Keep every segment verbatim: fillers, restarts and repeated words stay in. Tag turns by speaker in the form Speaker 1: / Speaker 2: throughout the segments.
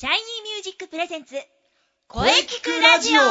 Speaker 1: シャイニーミュージックプレゼンツ声聞くラジオ。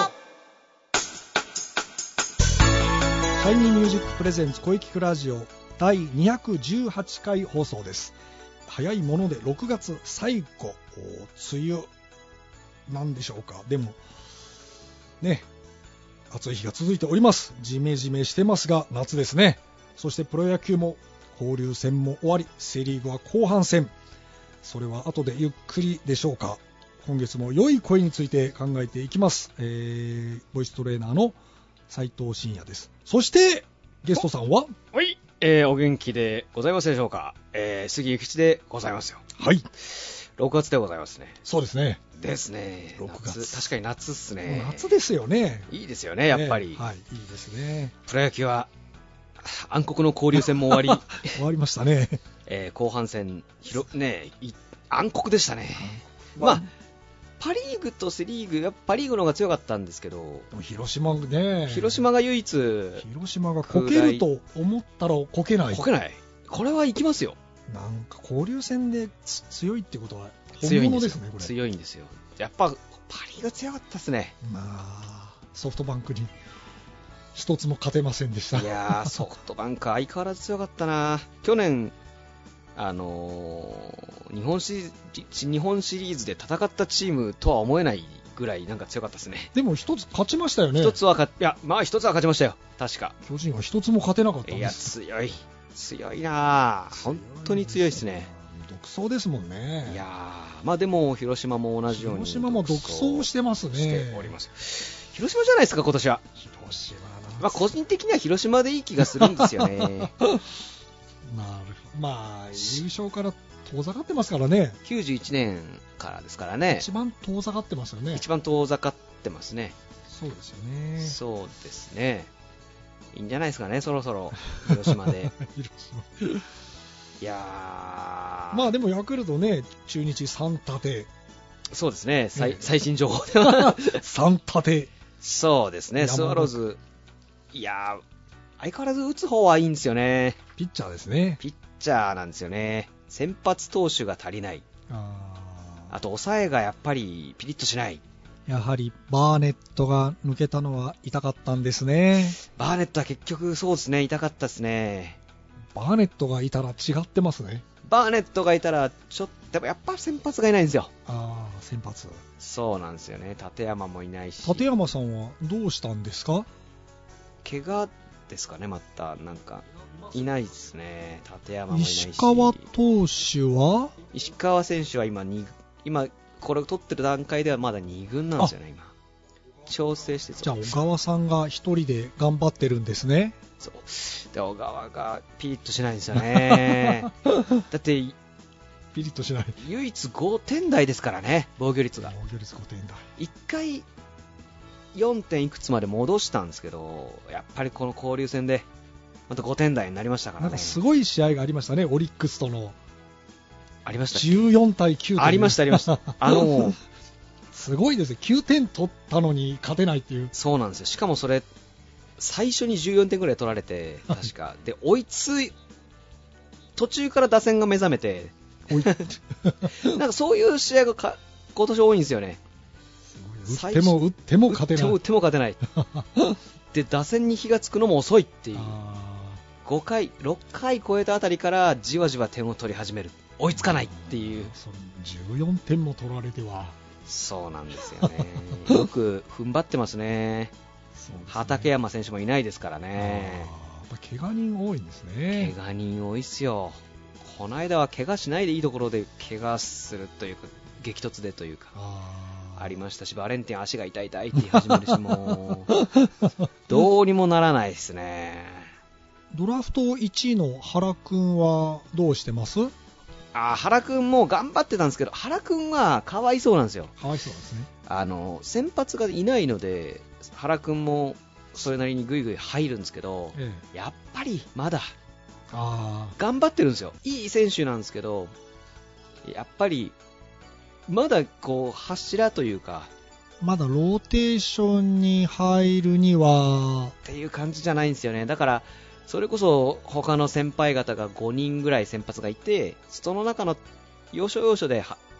Speaker 2: シャイニーミュージックプレゼンツ声聞くラジオだいにひゃくじゅうはちかい放送です。早いものでろくがつ最後、梅雨なんでしょうか。でもね、暑い日が続いております。ジメジメしてますが夏ですね。そしてプロ野球も交流戦も終わり、セリーグは後半戦。それは後でゆっくりでしょうか。今月も良い声について考えていきます。えー、ボイストレーナーの斉藤真也です。そしてゲストさんは
Speaker 3: はい、えー、お元気でございますでしょうか。えー、杉ゆきちでございますよ。
Speaker 2: はい、
Speaker 3: ろくがつでございますね。
Speaker 2: そうですね。
Speaker 3: ですね。
Speaker 2: ろくがつ、
Speaker 3: 確かに夏っすね。
Speaker 2: 夏ですよね。
Speaker 3: いいですよね、やっぱり、
Speaker 2: ね、はい、いいですね。
Speaker 3: プロ野球は暗黒の交流戦も終わり
Speaker 2: 終わりましたね。
Speaker 3: えー、後半戦広ね暗黒でしたね。まあパリーグとセリーグ、やっぱパリーグの方が強かったんですけど、
Speaker 2: 広島ね、
Speaker 3: 広島が唯一、
Speaker 2: 広島がこけると思ったらこけない、
Speaker 3: こけない、これはいきますよ。
Speaker 2: なんか交流戦で強いってことは
Speaker 3: 本物
Speaker 2: ですね。これ
Speaker 3: 強いんですよ。やっぱパリーグ強かったですね。
Speaker 2: まあソフトバンクに一つも勝てませんでした。
Speaker 3: いやーソフトバンク相変わらず強かったな。去年あのー、日本シ日本シリーズで戦ったチームとは思えないぐらいなんか強かったですね。
Speaker 2: でも一つ勝ちましたよね。
Speaker 3: 一つは勝いやまあ一つは勝ちましたよ。確か
Speaker 2: 巨人は一つも勝てなかったんです。
Speaker 3: いや強い強いな、本当に強いですね。
Speaker 2: 独走ですもんね。
Speaker 3: いやまあでも広島も同じように
Speaker 2: 広島も独走してますね。
Speaker 3: しております。広島じゃないですか今年は。
Speaker 2: 広島な、
Speaker 3: まあ個人的には広島でいい気がするんですよね。
Speaker 2: なるほど。まあ優勝から遠ざかってますからね。
Speaker 3: きゅうじゅういちねんからですからね。
Speaker 2: 一番遠ざかってますよね。
Speaker 3: 一番遠ざかってますね。
Speaker 2: そうですよね。
Speaker 3: そうですね。いいんじゃないですかね、そろそろ広島で。
Speaker 2: 広島
Speaker 3: いやー
Speaker 2: まあでもヤクルトね、中日さん立て。
Speaker 3: そうですね、最,
Speaker 2: ね
Speaker 3: 最新情報では
Speaker 2: さん立て。
Speaker 3: そうですね、スワローズ、いやー相変わらず打つ方はいいんですよね。
Speaker 2: ピッチャーですね。
Speaker 3: ピッチャーなんですよね。先発投手が足りない。
Speaker 2: あ,
Speaker 3: あと抑えがやっぱりピリッとしない。
Speaker 2: やはりバーネットが抜けたのは痛かったんですね。
Speaker 3: バーネットは結局そうですね、痛かったですね。
Speaker 2: バーネットがいたら違ってますね。
Speaker 3: バーネットがいたらちょっとでもやっぱ先発がいないんですよ。
Speaker 2: ああ、先発。
Speaker 3: そうなんですよね。立山もいないし。
Speaker 2: 立山さんはどうしたんですか？
Speaker 3: 怪我ですかね。またなんかいないですね。立山もいないし。
Speaker 2: 石川投手は
Speaker 3: 石川選手は今に今これを取ってる段階ではまだに軍なんですよね。今調整して。
Speaker 2: じゃあ小川さんが一人で頑張ってるんですね。
Speaker 3: そうで小川がピリッとしないんですよね。だって
Speaker 2: ピリッとしない。
Speaker 3: 唯一ごてん台ですからね、防御率が。
Speaker 2: 防御率ごてん台。
Speaker 3: いっかいよんてんいくつまで戻したんですけど、やっぱりこの交流戦でまたごてん台になりましたからね。
Speaker 2: なんかすごい試合がありましたね、オリックスとの。
Speaker 3: ありました。
Speaker 2: じゅうよんたいきゅう。
Speaker 3: ありましたありました。あの
Speaker 2: すごいですね。きゅうてん取ったのに勝てないっていう。
Speaker 3: そうなんですよ。しかもそれ最初にじゅうよんてんぐらい取られて、確かで追いつい途中から打線が目覚めてなんかそういう試合がか今年多いんですよね。
Speaker 2: 打っても打っても勝てない。
Speaker 3: 打っても勝てないで打線に火がつくのも遅いっていう。ごかいろっかい超えたあたりからじわじわ点を取り始める、追いつかないっていう。
Speaker 2: じゅうよんてんも取られては。
Speaker 3: そうなんですよね。よく踏ん張ってますね。そうですね。畠山選手もいないですからね。
Speaker 2: あ、怪我人多いんですね。
Speaker 3: 怪我人多いっすよ。この間は怪我しないでいいところで怪我するというか、激突でというか あ, ありましたし、バレンティン足が痛い痛いって言い始めるし、もうどうにもならないですね。
Speaker 2: ドラフトいちいの原くんはどうしてます？
Speaker 3: あ、原くんも頑張ってたんですけど、原くんはかわいそうなんですよ。
Speaker 2: かわいそうですね。
Speaker 3: あの先発がいないので原くんもそれなりにグイグイ入るんですけど、ええ、やっぱりまだあ頑張ってるんですよ。いい選手なんですけど、やっぱりまだこう柱というか、
Speaker 2: まだローテーションに入るには
Speaker 3: っていう感じじゃないんですよね。だからそれこそ他の先輩方がごにんぐらい先発がいて、その中の要所要所で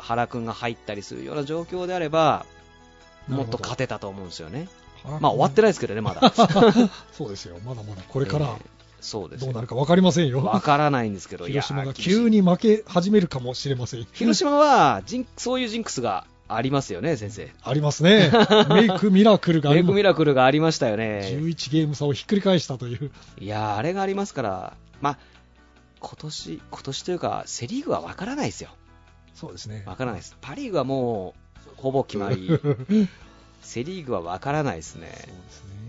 Speaker 3: 原君が入ったりするような状況であればもっと勝てたと思うんですよね。まあ終わってないですけどね、まだ
Speaker 2: そうですよ、まだまだこれから、えー、
Speaker 3: そうです
Speaker 2: どうなるか分かりませんよ。
Speaker 3: 分からないんですけど、
Speaker 2: 広島が急に負け始めるかもしれません。
Speaker 3: 広島はジンそういうジンクスがありますよね、先生。
Speaker 2: ありますね。メイクミラクルが
Speaker 3: メイクミラクルがありましたよね。
Speaker 2: じゅういちゲーム差をひっくり返したという。
Speaker 3: いやー、あれがありますから、まあ今年今年というかセリーグは分からないですよ。
Speaker 2: そうですね。
Speaker 3: 分からないです。パリーグはもうほぼ決まり。セリーグは分からないですね。そうですね。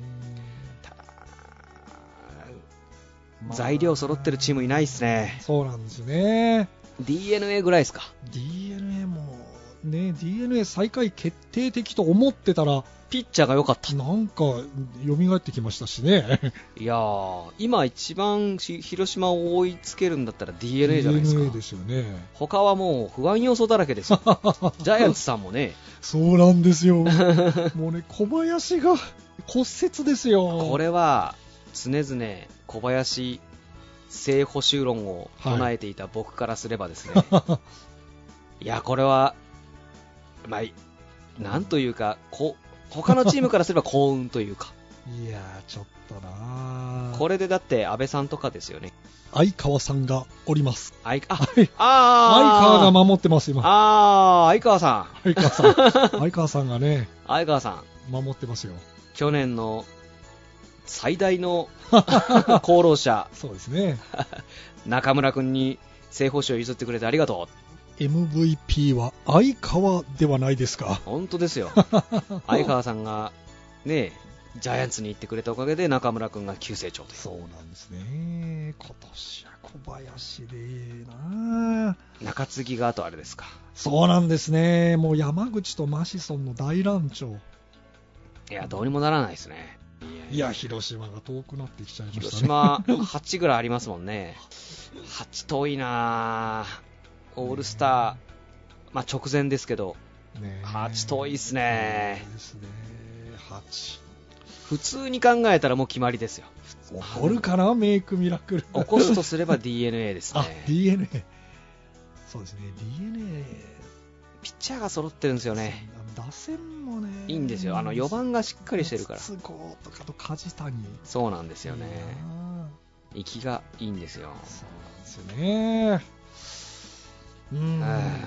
Speaker 3: 材料揃ってるチームいないですね。
Speaker 2: そうなんですね。
Speaker 3: ディーエヌエー ぐらいですか。
Speaker 2: ディーエヌエー もね、 ディーエヌエー 最下位決定的と思ってたら
Speaker 3: ピッチャーが良かった。
Speaker 2: なんか蘇ってきましたしね。
Speaker 3: いやー、今一番広島を追いつけるんだったら ディーエヌエー じゃないですか。
Speaker 2: ディーエヌエー ですよね。
Speaker 3: 他はもう不安要素だらけですよ。ジャイアンツさんもね。
Speaker 2: そうなんですよ。もうね、小林が骨折ですよ。
Speaker 3: これは常々小林正捕手論を唱えていた僕からすればですね、はい、いやこれはまあなんというかこ他のチームからすれば幸運というか
Speaker 2: いやちょっとな
Speaker 3: これでだって安倍さんとかですよね。
Speaker 2: 相川さんがおります。
Speaker 3: ああ
Speaker 2: あ相川が守ってます今。
Speaker 3: ああ相川さん
Speaker 2: 相川さん相川さんがね
Speaker 3: 相川さん
Speaker 2: 守ってますよ。
Speaker 3: 去年の最大の功労者
Speaker 2: そうですね
Speaker 3: 中村君に正捕手を譲ってくれてありがとう。
Speaker 2: エムブイピー は相川ではないですか。
Speaker 3: 本当ですよ相川さんがねジャイアンツに行ってくれたおかげで中村君が急成長という。
Speaker 2: そうなんですね。今年は小林でな
Speaker 3: 中継ぎがあとあれですか。
Speaker 2: そうなんですね。もう山口とマシソンの大乱調。
Speaker 3: いやどうにもならないですね。
Speaker 2: いや広島が遠くなってきちゃいましたね。
Speaker 3: 広島はちぐらいありますもんね。はち遠いなオールスター、まあ、直前ですけど、ね、はち遠いですね。
Speaker 2: ですね。はち
Speaker 3: 普通に考えたらもう決まりですよ。
Speaker 2: 起こるかなメイクミラクル。
Speaker 3: 起こすとすれば ディーエヌエー ですね。
Speaker 2: あ ディーエヌエー そうですね。 ディーエヌエー
Speaker 3: ピッチャーが揃ってるんですよね。
Speaker 2: 打線もね
Speaker 3: いいんですよ。あのよばんがしっかりしてるから。
Speaker 2: 筒香とかと梶谷。
Speaker 3: そうなんですよね。息がいいんですよ。
Speaker 2: そうなんですよね。うーん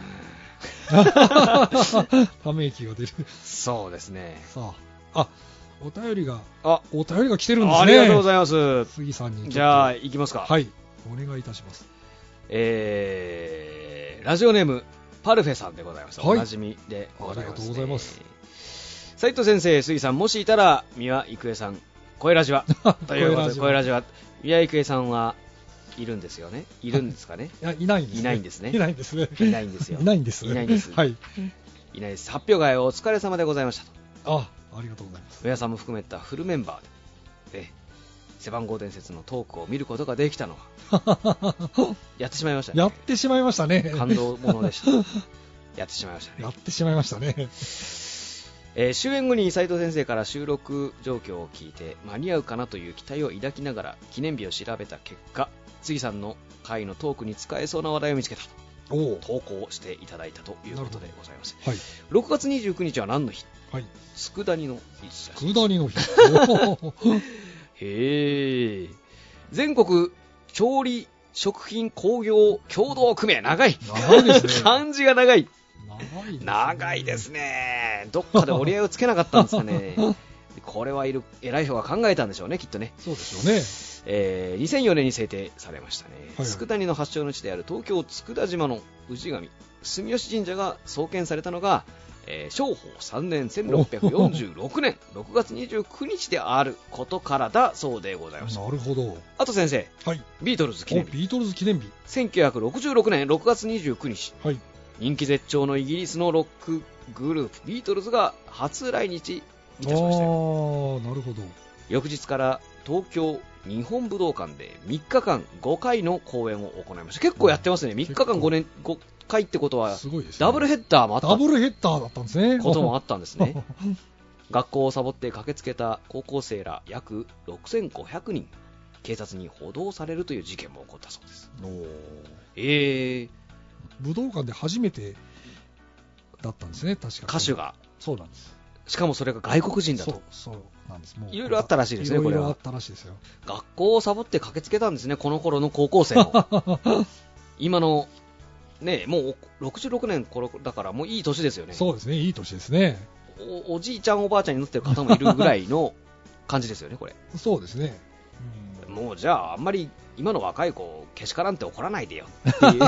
Speaker 2: ため息が出る。
Speaker 3: そうですね。
Speaker 2: さあ、あお便りが
Speaker 3: あ
Speaker 2: お便りが来てるんですね。
Speaker 3: ありがとうございます。
Speaker 2: 杉さんに
Speaker 3: じゃあ行きますか。
Speaker 2: はいお願いいたします。
Speaker 3: えー、ラジオネームパルフェさんでございます、はい、おなじみでございます、ね、
Speaker 2: ありがとうございます。
Speaker 3: 斉藤先生、杉さん、もしいたら三輪郁恵さん声ラジはということで声ラジは三輪郁恵さんはいるんですよね。いるんですかね。
Speaker 2: いやいないんですね。
Speaker 3: いないんですね。
Speaker 2: いないんですね。
Speaker 3: いないんですよ。
Speaker 2: いないんです。
Speaker 3: いないんです。
Speaker 2: はい。
Speaker 3: いないです。発表会お疲れ様でございましたと。
Speaker 2: あ、ありがとうございます。
Speaker 3: 上谷さんも含めたフルメンバーで、で背番号伝説のトークを見ることができたのはやってしまいましたね。
Speaker 2: やってしまいましたね。
Speaker 3: 感動ものでした。やってしまいましたね。
Speaker 2: やってしまいましたね。
Speaker 3: えー、終演後に斉藤先生から収録状況を聞いて間に合うかなという期待を抱きながら記念日を調べた結果、杉さんの回のトークに使えそうな話題を見つけたと投稿していただいたということでございます。はい、ろくがつにじゅうくにちは何の日？はい、佃煮の日。
Speaker 2: 佃煮の日。
Speaker 3: へえ。全国調理食品工業協同組合、長い。
Speaker 2: 長いですね。
Speaker 3: 漢字が長い。
Speaker 2: 長いですね。
Speaker 3: 長いですね。どっかで折り合いをつけなかったんですかね。これはいる偉い人が考えたんでしょうね、きっとね。
Speaker 2: そうでしょうね。
Speaker 3: えー、にせんよねんに制定されましたね。はいはい、佃煮の発祥の地である東京佃島の氏神住吉神社が創建されたのが、えー、正法さんねんせんろっぴゃくよんじゅうろくねんろくがつにじゅうくにちであることからだそうでございます。
Speaker 2: なるほど。
Speaker 3: あと先生、はい、ビートルズ記念日。
Speaker 2: ビートルズ記念日。
Speaker 3: せんきゅうひゃくろくじゅうろくねんろくがつにじゅうくにち。はい、人気絶頂のイギリスのロックグループビートルズが初来日いたしましたよ。
Speaker 2: ああ、なるほど。
Speaker 3: 翌日から東京日本武道館でみっかかんごかいの公演を行いました。結構やってますね。みっかかんごねんごかいってことはすごいです、ね、ダブルヘッダーもあった。
Speaker 2: ダブルヘッダーだったんですね。
Speaker 3: こともあったんですね。学校をサボって駆けつけた高校生ら約ろくせんごひゃくにん、警察に補導されるという事件も起こったそうです。おー、えー、
Speaker 2: 武道館で初めてだったんですね、確か
Speaker 3: 歌手が。
Speaker 2: そうなんです。
Speaker 3: しかもそれが外国人だと。
Speaker 2: そう、そうなんです。もう
Speaker 3: いろいろあったらしいですね、これは。
Speaker 2: いろいろあったらしいですよ。
Speaker 3: 学校をサボって駆けつけたんですね、この頃の高校生も。今の、ね、もうろくじゅうろくねん頃だからもういい年ですよね。
Speaker 2: そうですね、いい年ですね。
Speaker 3: お, おじいちゃんおばあちゃんになってる方もいるぐらいの感じですよね、これ。
Speaker 2: そうですね。
Speaker 3: うん、もうじゃああんまり今の若い子けしからんって怒らないでよっていう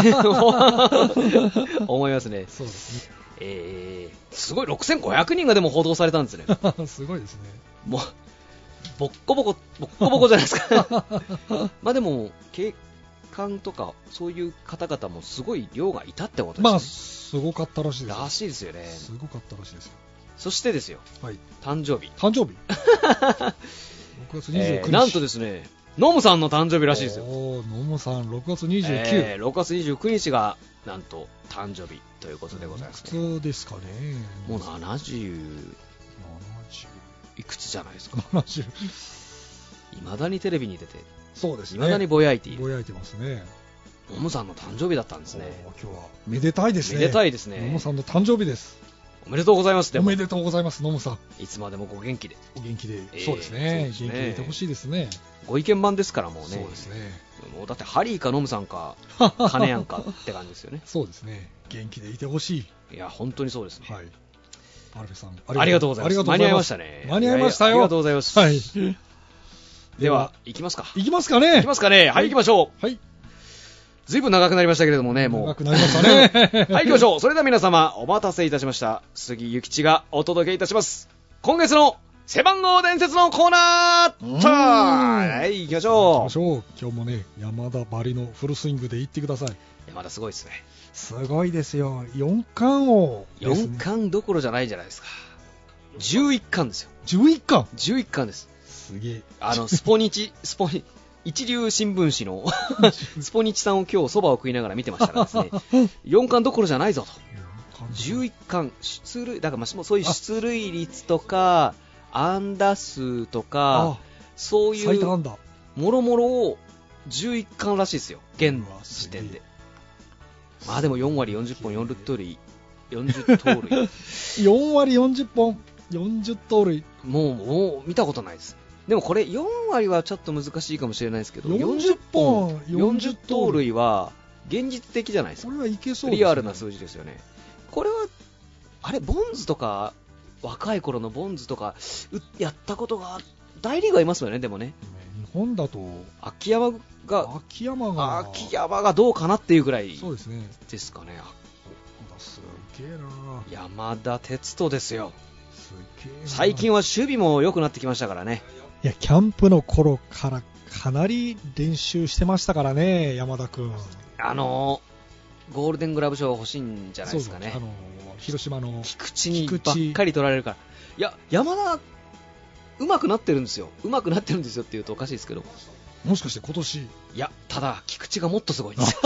Speaker 3: 思いますね。
Speaker 2: そうですね。
Speaker 3: えー、すごいろくせんごひゃくにんがでも報道されたんですね。
Speaker 2: すごいですね。
Speaker 3: もうボッコボコボッコボコじゃないですか。まあでも警官とかそういう方々もすごい量がいたってことですね。
Speaker 2: まあすごかったらしいですよ。
Speaker 3: らしいですよね。
Speaker 2: すごかったらしいですよ。
Speaker 3: そしてですよ、はい、誕生日
Speaker 2: 誕生日ろくがつにじゅうくにち、
Speaker 3: えー、なんとですね、ノムさんの誕生日らしいですよ。
Speaker 2: おノムさんろくがつにじゅうく、
Speaker 3: えー、ろくがつにじゅうくにちがなんと誕生日ということでございます、
Speaker 2: ね、いくつですかね。
Speaker 3: もうななじゅういくつじゃないですか。
Speaker 2: ななじゅう
Speaker 3: いまだにテレビに出て、
Speaker 2: そうですね、
Speaker 3: いまだにぼやいている。
Speaker 2: ぼやいてますね。
Speaker 3: ノムさんの誕生日だったんですね。
Speaker 2: 今日はめでたいですね。
Speaker 3: めでたいですね。
Speaker 2: ノムさんの誕生日です。
Speaker 3: おめでとうございます。
Speaker 2: おめでとうございます、ノムさん。
Speaker 3: いつまでもご元気で。
Speaker 2: お元気で、
Speaker 3: えー、
Speaker 2: そうですね。
Speaker 3: そうですね、
Speaker 2: 元気でいてほしいですね。
Speaker 3: ご意見番ですからもうね。
Speaker 2: そうですね。
Speaker 3: もうだってハリーかノムさんか金やんかって感じですよね。
Speaker 2: そうですね。元気でいてほしい。
Speaker 3: いや本当にそうですね。
Speaker 2: はい。パルフェさん
Speaker 3: ありがとうございます。間に合いましたね。
Speaker 2: 間に合いましたよ。
Speaker 3: ありがとうございます。
Speaker 2: はい。
Speaker 3: では行きますか。
Speaker 2: 行きますかね。
Speaker 3: 行きますかね。はい、行きましょう。
Speaker 2: はい。
Speaker 3: ずいぶん長くなりましたけれどもね、もう。
Speaker 2: 長くなりましたね。
Speaker 3: はい、行きましょう。それでは皆様、お待たせいたしました。杉ゆきちがお届けいたします。今月の背番号伝説のコーナーとはい、行きましょう。
Speaker 2: 行きましょう。今日もね、山田ばりのフルスイングで行ってください。
Speaker 3: 山田すごいですね。
Speaker 2: すごいですよ。よん冠王ですね。
Speaker 3: よん冠どころじゃないじゃないですか。じゅういっ冠ですよ。
Speaker 2: じゅういっ冠 ?じゅういっ
Speaker 3: 冠です。
Speaker 2: すげえ。
Speaker 3: あの、スポニチ、スポニ、一流新聞紙のスポニチさんを今日そばを食いながら見てましたからですね、よん冠どころじゃないぞと。じゅういっ冠、出塁、だからまあそういう出塁率とか、安打数とか、そういう、もろもろをじゅういっ冠らしいですよ、現時点で。まあでもよんわりよんじゅっぽん、よん盗塁、よんじゅう盗塁。
Speaker 2: よんわりよんじゅっぽん、よんじゅう盗塁。
Speaker 3: もう、もう見たことないです。でもこれよんわりはちょっと難しいかもしれないですけど、
Speaker 2: よんじゅっぽん、
Speaker 3: よんじゅう盗塁は現実的じゃないですか。
Speaker 2: これはいけそうですね。
Speaker 3: リアルな数字ですよね。これは、あれ、ボンズとか、若い頃のボンズとか、やったことが、大リーガーいますよね、でもね。
Speaker 2: 日本だと、
Speaker 3: 秋山が、
Speaker 2: 秋山が、
Speaker 3: 秋山がどうかなっていうぐらい、
Speaker 2: そうですね。
Speaker 3: ですかね。
Speaker 2: すげえな。
Speaker 3: 山田哲人ですよ。
Speaker 2: すげえな。
Speaker 3: 最近は守備も良くなってきましたからね。
Speaker 2: いや、キャンプの頃からかなり練習してましたからね、山田君。
Speaker 3: あのー、ゴールデングラブ賞欲しいんじゃないですかね。
Speaker 2: そうそう、あのー、広島の
Speaker 3: 菊池にばっかり取られるから。いや、山田、上手くなってるんですよ。上手くなってるんですよって言うとおかしいですけど。
Speaker 2: もしかして今年。い
Speaker 3: や、ただ、菊池がもっとすごいんですよ。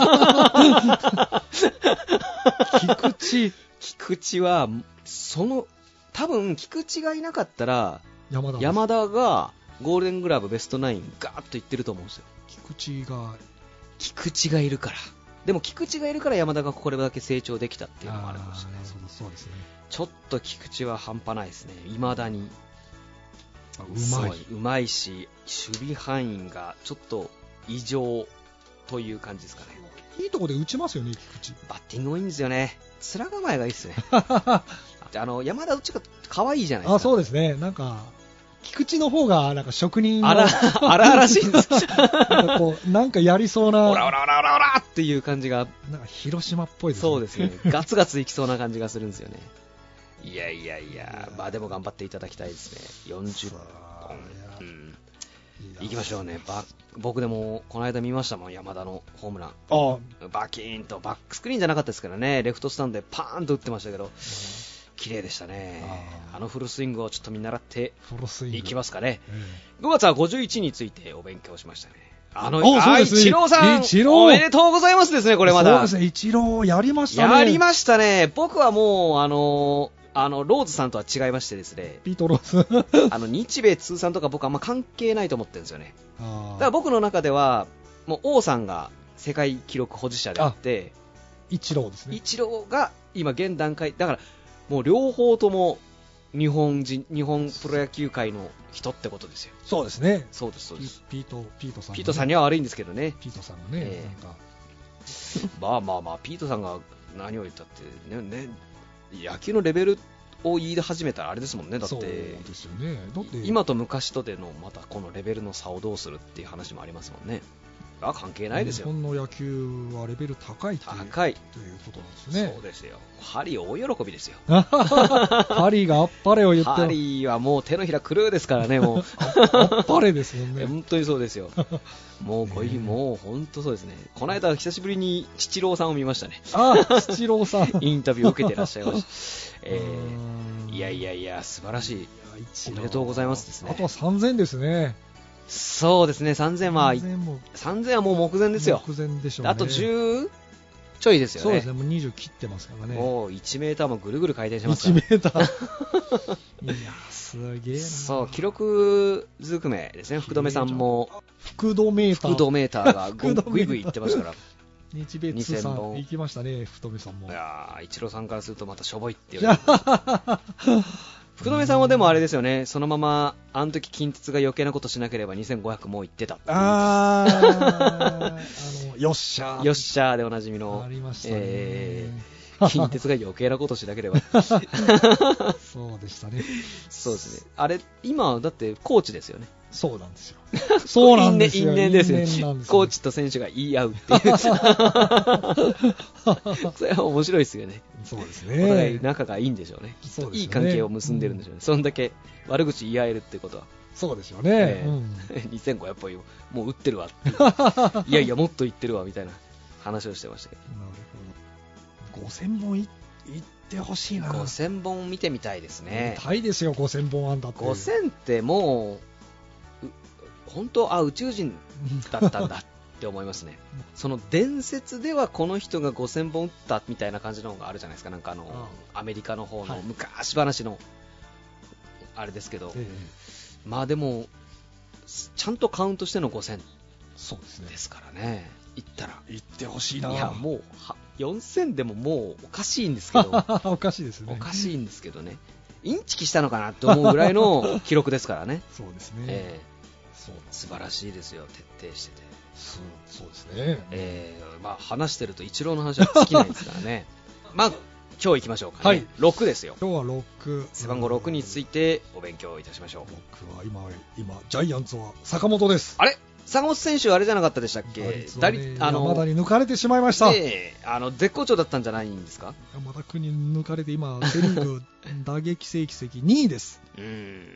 Speaker 2: 菊池。
Speaker 3: 菊池は、その、多分、菊池がいなかったら、
Speaker 2: 山田,
Speaker 3: 山田がゴールデングラブベストナインガーッといってると思うんですよ。
Speaker 2: 菊池が
Speaker 3: 菊池がいるから。でも菊池がいるから山田がこれだけ成長できたっていうのもあるかもしれない。
Speaker 2: そうですね。
Speaker 3: ちょっと菊池は半端ないですね。未だに
Speaker 2: うまい、
Speaker 3: うまいし、守備範囲がちょっと異常という感じですかね。
Speaker 2: いいとこで打ちますよね、菊池。
Speaker 3: バッティングもいいんですよね。面構えがいいですね。あの山田うちが可愛いじゃないですか。
Speaker 2: あ、そうですね。なんか菊池の方がなんか職人の
Speaker 3: あら荒々しいんです。なん
Speaker 2: かこうなんかやりそうな、
Speaker 3: オラオラオラオラオラっていう感じが、
Speaker 2: なんか広島っぽいですね。
Speaker 3: そうですね。ガツガツいきそうな感じがするんですよね。いやいやいや、まあでも頑張っていただきたいですね。よんじゅっぽん、うん、いきましょうね。バ僕でもこの間見ましたもん、山田のホームラン。
Speaker 2: あ
Speaker 3: バキーンと、バックスクリーンじゃなかったですからね、レフトスタンドでパーンと打ってましたけど、綺麗でしたね。あ, あのフルスイングをちょっと見習っていきますかね。ごがつはごじゅういちについてお勉強しましたね。あの、あ、イチローさん、おめでとうございますですね、これまだ。
Speaker 2: そうですね、イチローやりましたね。
Speaker 3: やりましたね。僕はもう、あの、あの、ローズさんとは違いましてですね。
Speaker 2: ピート・ロー
Speaker 3: ズ。あの、日米通算とか僕はあんま関係ないと思ってるんですよね。だから僕の中では、もう王さんが世界記録保持者であって、
Speaker 2: イチローですね。
Speaker 3: イチローが今現段階だからもう両方とも日本人日本プロ野球界の人ってことですよ。
Speaker 2: そうですね。
Speaker 3: そうですそうです。
Speaker 2: ピートピートさん、ね、
Speaker 3: ピートさんには悪いんですけどね。
Speaker 2: ピートさんがね、えー、なんか
Speaker 3: まあまあまあピートさんが何を言ったってね、ね野球のレベルを言い始めたらあれですもんね。だって
Speaker 2: そうですよね。だって
Speaker 3: 今と昔とでのまたこのレベルの差をどうするっていう話もありますもんね。あ関係ないですよ。
Speaker 2: 日本の野球はレベル高いという
Speaker 3: 高い
Speaker 2: ということなんですね。
Speaker 3: そうですよ。ハリー大喜びですよ。
Speaker 2: ハリーがあっぱれを言って
Speaker 3: ハリーはもう手のひら狂うですからね。もう
Speaker 2: あっぱれですもんね。
Speaker 3: 本当にそうですよ。もうこういうもう本当そうですね。この間久しぶりに七郎さんを見ましたね。
Speaker 2: ああ七郎さん
Speaker 3: インタビューを受けてらっしゃいました。えー、いやいやいや素晴らしい。おめでとうございますですね。
Speaker 2: あとはさんぜんですね。
Speaker 3: そうですね。さんぜんはさんぜんはもう目前ですよ。
Speaker 2: 目前でしょうね。
Speaker 3: あとじゅうちょいですよね。
Speaker 2: そうですね。もうにじゅう切ってますからね。
Speaker 3: もういちメーターもぐるぐる回転しますから。
Speaker 2: いちメーターいやすげえな。
Speaker 3: そう記録ずくめですね。福留さんも
Speaker 2: 福留メーター
Speaker 3: 福留メーターがぐいぐいいってましたから。
Speaker 2: 日米通算行きましたね。福留さんも。
Speaker 3: いやイチローさんからするとまたしょぼいって言われて福留さんはでもあれですよね。そのままあの時近鉄が余計なことしなければにせんごひゃくもう行ってたっていう。
Speaker 2: ああのよっしゃー
Speaker 3: よっしゃーでおなじみの
Speaker 2: ありましたね、
Speaker 3: えー、近鉄が余計なことしなければ
Speaker 2: そうでしたね。
Speaker 3: そうですね。あれ今だってコーチですよね。
Speaker 2: そうなんですよ。そうなんですよ。
Speaker 3: 因縁ですよ。
Speaker 2: 因縁なんですよ。
Speaker 3: コーチと選手が言い合うっていう。それは面白いですよね。
Speaker 2: そうですね。
Speaker 3: お互い仲がいいんでしょうね。
Speaker 2: そうですね。
Speaker 3: いい関係を結んでるんでしょうね。うん、そんだけ悪口言い合えるってことは。
Speaker 2: そうですよね。え
Speaker 3: ーうん、にせんごひゃくやっぱりもう打ってるわっていやいやもっと言ってるわみたいな話をしてましたけど。なる
Speaker 2: ほど。ごせんぼんい行ってほしいな。
Speaker 3: ごせんぼん見てみたいですね。
Speaker 2: 見たいですよ。ごせんぼん安打って。
Speaker 3: ごせんってもう本当あ宇宙人だったんだって思いますね。その伝説ではこの人がごせんぼん打ったみたいな感じのがあるじゃないですか。なんかあのアメリカの方の昔話のあれですけど、はい、まあでもちゃんとカウントしてのごせんですからね。行ったら
Speaker 2: 行ってほしいな。
Speaker 3: いやもうよんせんでももうおかしいんですけど
Speaker 2: おかしいですね。
Speaker 3: おかしいんですけどね。インチキしたのかなと思うぐらいの記録ですからね。
Speaker 2: そうですね、
Speaker 3: えーそう素晴らしいですよ。徹底してて。
Speaker 2: そう、そうですね。
Speaker 3: えー、まあ話してるとイチローの話は尽きないですからね。まあ今日行きましょうかね。はい、ろくですよ。
Speaker 2: 今日はろく。
Speaker 3: 背番号ろくについてお勉強いたしましょう。
Speaker 2: ろくは今今ジャイアンツは坂本です。
Speaker 3: あれ坂本選手はあれじゃなかったでしたっけ？
Speaker 2: 打率、ね、あの山田に抜かれてしまいました。
Speaker 3: えー、あの絶好調だったんじゃないんですか？
Speaker 2: 山田君に抜かれて今セ・リーグ打撃成績にいです。
Speaker 3: うん。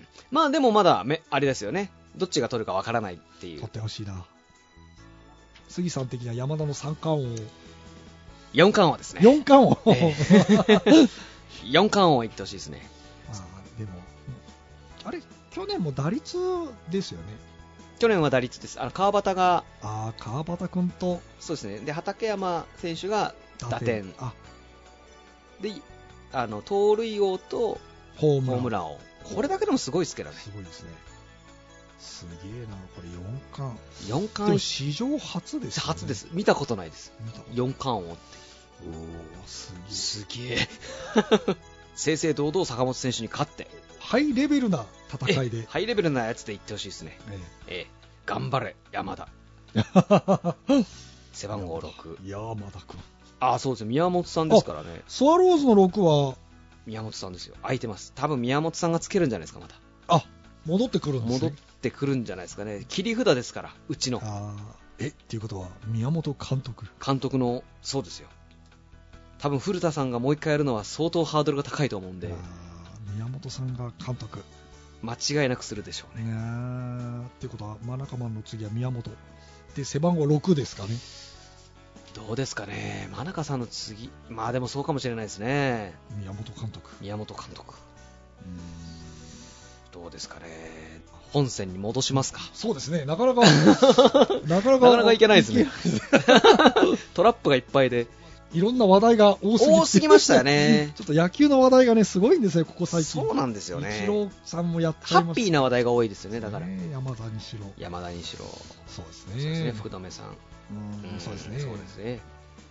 Speaker 3: まあでもまだめあれですよね。どっちが取るかわからないっていう。
Speaker 2: 取ってほしいな。杉さん的には山田の三冠王。
Speaker 3: 四冠王ですね。
Speaker 2: 四冠王。え
Speaker 3: ー、四冠王いってほしいですね。
Speaker 2: あでもあれ去年も打率ですよね。
Speaker 3: 去年は打率です。あの川端が
Speaker 2: あ川端君と
Speaker 3: そうですね。で畠山選手が打点。打点あであの盗塁王とホームラン王。これだけでもすごいですけどね。
Speaker 2: すごいですね。すげえな、これよん冠。
Speaker 3: よん冠
Speaker 2: でも史上初です、ね、
Speaker 3: 初です。見たことないです。よん冠王って。
Speaker 2: おー、すげえ。
Speaker 3: すげえ。正々堂々坂本選手に勝って。
Speaker 2: ハイレベルな戦いで。
Speaker 3: ハイレベルなやつで言ってほしいですね。ええええ、頑張れ、山田。背番号ろく。
Speaker 2: 山田君。
Speaker 3: ああ、そうです。宮本さんですからね。
Speaker 2: スワローズのろくは
Speaker 3: 宮本さんですよ。空いてます。多分宮本さんがつけるんじゃないですか、また。
Speaker 2: あ、戻ってくるんですね。
Speaker 3: 戻ってくるんじゃないですかね。切り札ですから、うちの。
Speaker 2: あえっていうことは宮本監督。
Speaker 3: 監督のそうですよ。多分古田さんがもう一回やるのは相当ハードルが高いと思うんで。
Speaker 2: 宮本さんが監督。
Speaker 3: 間違いなくするでしょうね。
Speaker 2: いやーっていうことはマナカマンの次は宮本で背番号ろくですかね。
Speaker 3: どうですかね。真中さんの次、まあでもそうかもしれないですね。
Speaker 2: 宮本監督。
Speaker 3: 宮本監督。うーんどうですかね。本戦に戻しますか。
Speaker 2: そうですね。なかなかなかなか
Speaker 3: なかなかいけないですね。トラップがいっぱいで。
Speaker 2: いろんな話題が多すぎ
Speaker 3: 多すぎましたよね。
Speaker 2: ちょっと野球の話題がねすごいんですよここ最近。
Speaker 3: そうなんですよね。
Speaker 2: イチローさんもやっちゃいます。
Speaker 3: ハッピーな話題が多いですよね。だから、
Speaker 2: ね、山田にしろ
Speaker 3: 山田にしろ
Speaker 2: そうですね。
Speaker 3: そうですね。福留さん。
Speaker 2: うんそうですね。
Speaker 3: そうですね。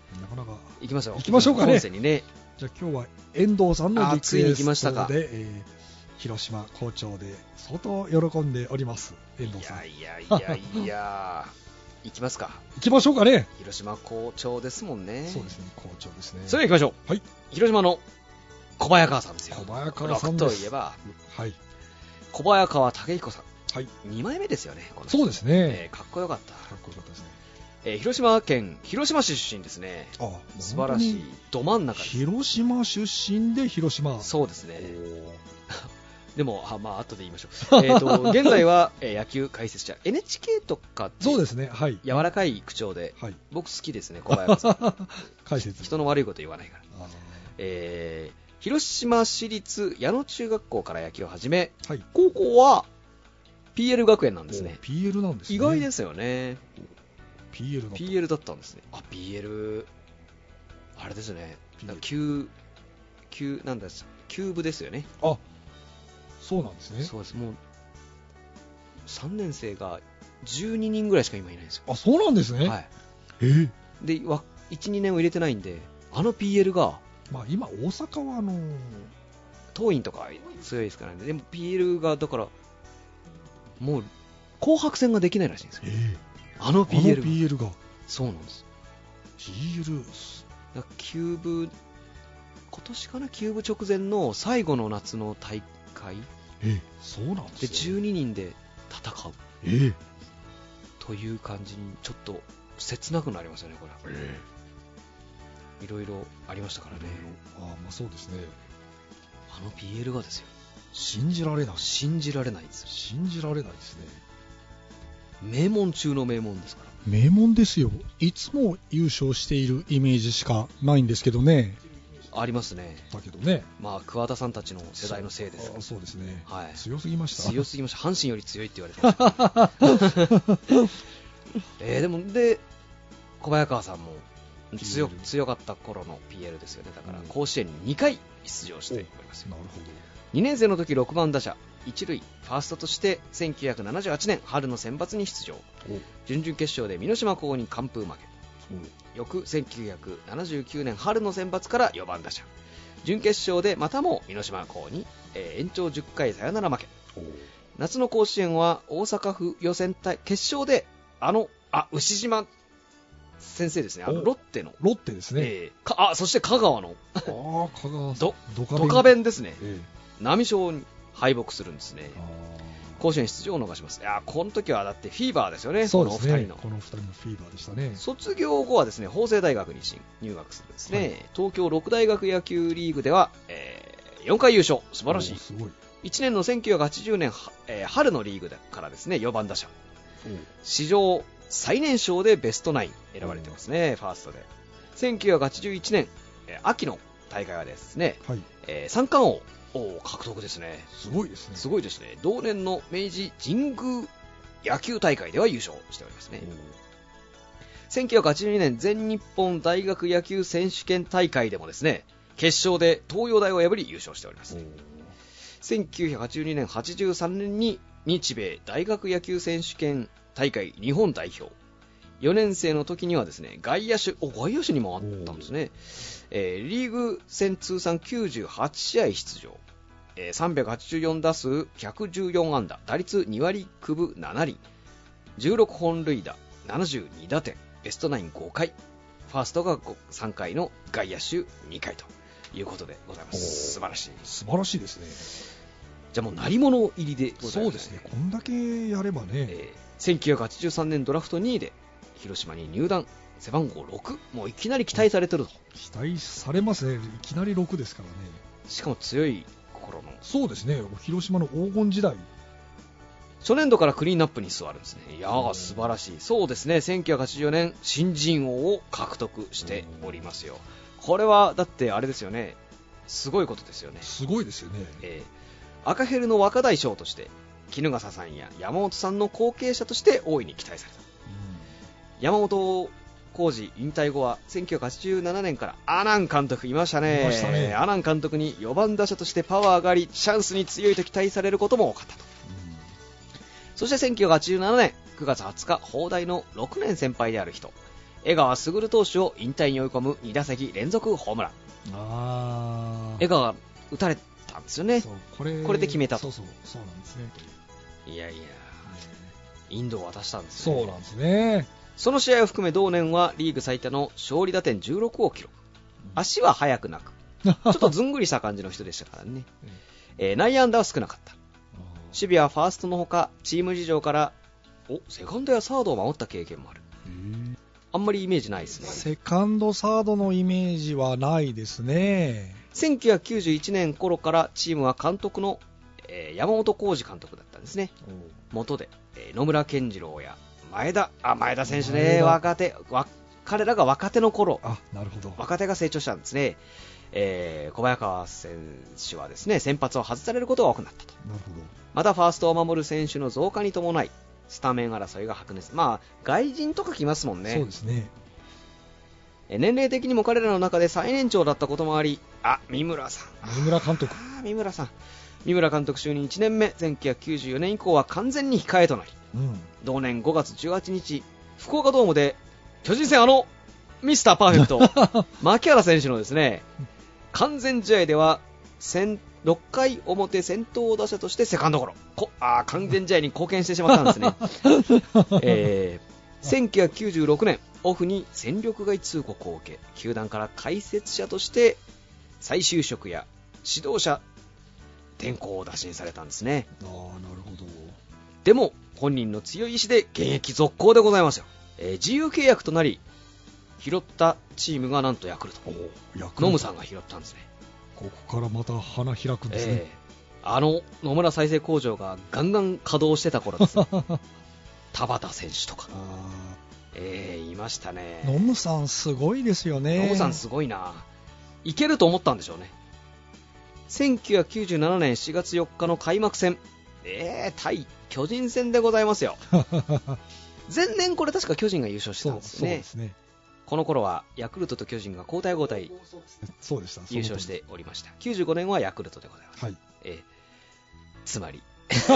Speaker 2: なかなか
Speaker 3: 行きましょう。
Speaker 2: 行きましょうかね。
Speaker 3: 本線にね。
Speaker 2: じゃあ今日は遠藤さんのリクエ
Speaker 3: ついに来ましたか
Speaker 2: ストで、えー広島好調で相当喜んでおります遠藤さん。
Speaker 3: いやいやいやいや行きますか。
Speaker 2: 行きましょうかね。
Speaker 3: 広島好調ですもんね。
Speaker 2: そうですね、好調ですね。
Speaker 3: それでは行きましょう。
Speaker 2: はい。
Speaker 3: 広島の小早川さんですよ。
Speaker 2: 小早川さんです。
Speaker 3: ろくといえば、
Speaker 2: はい、
Speaker 3: 小早川武彦さん。
Speaker 2: はい。
Speaker 3: にまいめですよね。この
Speaker 2: そうですね、
Speaker 3: えー。かっこよかった。
Speaker 2: かっこよかったですね。
Speaker 3: えー、広島県広島市出身ですね。
Speaker 2: ああ、
Speaker 3: 素晴らしいど真ん中です。
Speaker 2: 広島出身で広島。
Speaker 3: そうですね。でも、あ、まあ後で言いましょう。えっと現在は、えー、野球解説者 エヌエイチケー とか
Speaker 2: そうですね、はい。
Speaker 3: 柔らかい口調で、はい、僕好きですね、小早川さん。
Speaker 2: 解説。
Speaker 3: 人の悪いこと言わないから。えー、広島市立矢野中学校から野球を始め、はい、高校は ピーエル 学園なんですね。
Speaker 2: ピーエル なんですね。
Speaker 3: 意外ですよね。
Speaker 2: ピーエル
Speaker 3: ピーエル だったんですね。あ、ピーエル あれですね。級級なんだ級部ですよね。
Speaker 2: あ、そうなんですね。
Speaker 3: そうです。もうさんねん生がじゅうににんぐらいしか今いないんですよ。
Speaker 2: あ、そうなんですね。
Speaker 3: はい。
Speaker 2: えー、
Speaker 3: で、いち、にねんを入れてないんで、あの ピーエル が、
Speaker 2: まあ今大阪はあの
Speaker 3: 桐蔭とか強いですからね。でも ピーエル がだからもう紅白戦ができないらしいんですよ。
Speaker 2: えー、
Speaker 3: あの ピーエル が。
Speaker 2: あの ピーエル が。
Speaker 3: そうなんです。
Speaker 2: ピーエル。
Speaker 3: だ球部今年かな、球部直前の最後の夏の大会。
Speaker 2: え、そうなんですね。
Speaker 3: でじゅうににんで戦う。
Speaker 2: えー、
Speaker 3: という感じにちょっと切なくなりますよね、これ。えー、いろいろありましたからね。
Speaker 2: あ、まあそうですね。
Speaker 3: あの ピーエル がですよ。
Speaker 2: 信じられない。
Speaker 3: 信じられないです。
Speaker 2: 信じられないですね。
Speaker 3: 名門中の名門ですから。
Speaker 2: 名門ですよ。いつも優勝しているイメージしかないんですけどね。
Speaker 3: ありますね。
Speaker 2: だけどね。
Speaker 3: まあ桑田さんたちの世代のせいです。
Speaker 2: そう、そうですね。
Speaker 3: はい。
Speaker 2: 強すぎました。
Speaker 3: 強すぎました。阪神より強いって言われてました。えー、でもで小早川さんも強強かった頃の ピーエル ですよね。だから甲子園ににかい出場しておりますよ。
Speaker 2: なるほど。
Speaker 3: にねん生の時ろくばん打者、一塁ファーストとしてせんきゅうひゃくななじゅうはちねん春の選抜に出場。準々決勝で箕島高に完封負け。翌せんきゅうひゃくななじゅうきゅうねん春の選抜からよばん打者、準決勝でまたも箕島高に、えー、延長じゅっかいサヨナラ負け。夏の甲子園は大阪府予選決勝であのあ牛島先生ですね、あのロッテの
Speaker 2: ロッテですね、
Speaker 3: えー、かあそして香川の
Speaker 2: あ香川
Speaker 3: ドカベンですね、えー、波賞に敗北するんですね。甲子園出場を逃します。いやこの時はだってフィーバーですよね。
Speaker 2: そうですね、
Speaker 3: このお二人の
Speaker 2: このふたりのフィーバーでしたね。
Speaker 3: 卒業後はですね法政大学に入学するんですね、はい、東京六大学野球リーグでは、えー、よんかい優勝、素晴らしい。
Speaker 2: すごい。
Speaker 3: いちねんのせんきゅうひゃくはちじゅうねん、えー、春のリーグからですねよばん打者、史上最年少でベストナイン選ばれてますね、ファーストで。せんきゅうひゃくはちじゅういちねん、えー、秋の大会はですね、はい、えー、三冠王を獲得ですね。
Speaker 2: すごいですね。
Speaker 3: すごいですね。同年の明治神宮野球大会では優勝しておりますね。せんきゅうひゃくはちじゅうにねん全日本大学野球選手権大会でもですね決勝で東洋大を破り優勝しております。せんきゅうひゃくはちじゅうにねんはちじゅうさんねんに日米大学野球選手権大会日本代表、よねん生の時にはですね外野手お外野手にもあったんですね、えー、リーグ戦通算きゅうじゅうはちしあい出場、えー、さんびゃくはちじゅうよんだすうひゃくじゅうよんあんだ、打率にわりきゅうぶななりん、じゅうろくほんるいだななじゅうにだてん、ベストナインごかい、ファーストがさんかいの外野手にかいということでございます。素晴らしい、
Speaker 2: 素晴らしいですね。
Speaker 3: じゃあもう鳴り物入りでございますね。
Speaker 2: そうですね、こんだけやればね、
Speaker 3: えー、せんきゅうひゃくはちじゅうさんねんドラフトにいで広島に入団、背番号ろく、もういきなり期待されてると。
Speaker 2: 期待されますね、いきなりろくですからね。
Speaker 3: しかも強い心の。
Speaker 2: そうですね、広島の黄金時代。
Speaker 3: 初年度からクリーンアップに座るんですね。いやー素晴らしい。そうですね、せんきゅうひゃくはちじゅうよねん新人王を獲得しておりますよ。これはだってあれですよね、すごいことですよね。
Speaker 2: すごいですよね、
Speaker 3: えー、赤ヘルの若大将として衣笠さんや山本さんの後継者として大いに期待された、うん、山本浩二引退後はせんきゅうひゃくはちじゅうななねんから阿南監督いましたね。いましたね。阿南監督によばん打者としてパワー上がりチャンスに強いと期待されることも多かったと、うん、そしてせんきゅうひゃくはちじゅうななねんくがつはつか、砲台のろくねん先輩である人、 江川卓投手を引退に追い込むに打席連続ホームラン。
Speaker 2: あ
Speaker 3: 江川が打たれたんですよね。
Speaker 2: そうこれ
Speaker 3: これで決めたと。
Speaker 2: そうそうそうなんですね。
Speaker 3: いやいや、インドを渡したんですね。
Speaker 2: そうなんですね。
Speaker 3: その試合を含め同年はリーグ最多の勝利打点じゅうろくを記録。足は速くなくちょっとずんぐりした感じの人でしたからね、えー、内野安打は少なかった。守備はファーストのほかチーム事情からおセカンドやサードを守った経験もある。あんまりイメージないですね。
Speaker 2: セカンドサードのイメージはないですね。
Speaker 3: せんきゅうひゃくきゅうじゅういちねん頃からチームは監督の、えー、山本浩二監督だったんですね。元で、えー、野村健次郎や前田あ前田選手ね、若手わ彼らが若手の頃、
Speaker 2: あ、なるほど、
Speaker 3: 若手が成長したんですね。えー、小早川選手はですね先発を外されることが多くなったと。
Speaker 2: なるほど。
Speaker 3: またファーストを守る選手の増加に伴いスタメン争いが白熱。まあ外人とか来ますもんね。
Speaker 2: そうですね。
Speaker 3: 年齢的にも彼らの中で最年長だったこともあり、あ、三村さん、
Speaker 2: 三村監督、
Speaker 3: あ三村さん三村監督就任いちねんめせんきゅうひゃくきゅうじゅうよねん以降は完全に控えとなり、うん、同年ごがつじゅうはちにち福岡ドームで巨人戦あのミスターパーフェクト牧原選手のですね完全試合ではろっかい表先頭打者としてセカンドゴロ、こあ完全試合に貢献してしまったんですね、えー、せんきゅうひゃくきゅうじゅうろくねんオフに戦力外通告を受け球団から解説者として再就職や指導者転向を打診されたんですね。
Speaker 2: ああ、なるほど。
Speaker 3: でも本人の強い意志で現役続行でございますよ、えー、自由契約となり拾ったチームがなんとヤクルト。ノムさんが拾ったんですね。
Speaker 2: ここからまた花開くんですね、
Speaker 3: えー、あの野村再生工場がガンガン稼働してた頃ですね田畑選手とか、あ、えー、いましたね。
Speaker 2: ノムさんすごいですよね。
Speaker 3: ノムさんすごいな、いけると思ったんでしょうね。せんきゅうひゃくきゅうじゅうななねんしがつよっかの開幕戦、えー、対巨人戦でございますよ前年これ確か巨人が優勝してたんですね。 そう、そうですね。この頃はヤクルトと巨人が交代交代
Speaker 2: そうでした
Speaker 3: 優勝しておりました。きゅうじゅうごねんはヤクルトでございます、はい、えー、つまり
Speaker 2: こ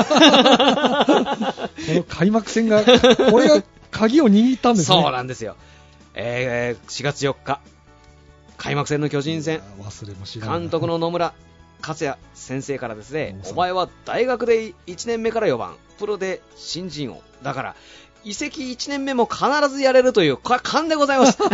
Speaker 2: の開幕戦がこれが鍵を握ったんですね。
Speaker 3: そうなんですよ、えー、しがつよっか開幕戦の巨人戦、
Speaker 2: 忘れもしない
Speaker 3: 監督の野村克也先生からですね、お前は大学でいちねんめからよばん、プロで新人王だから移籍いちねんめも必ずやれるというこれ勘でございます、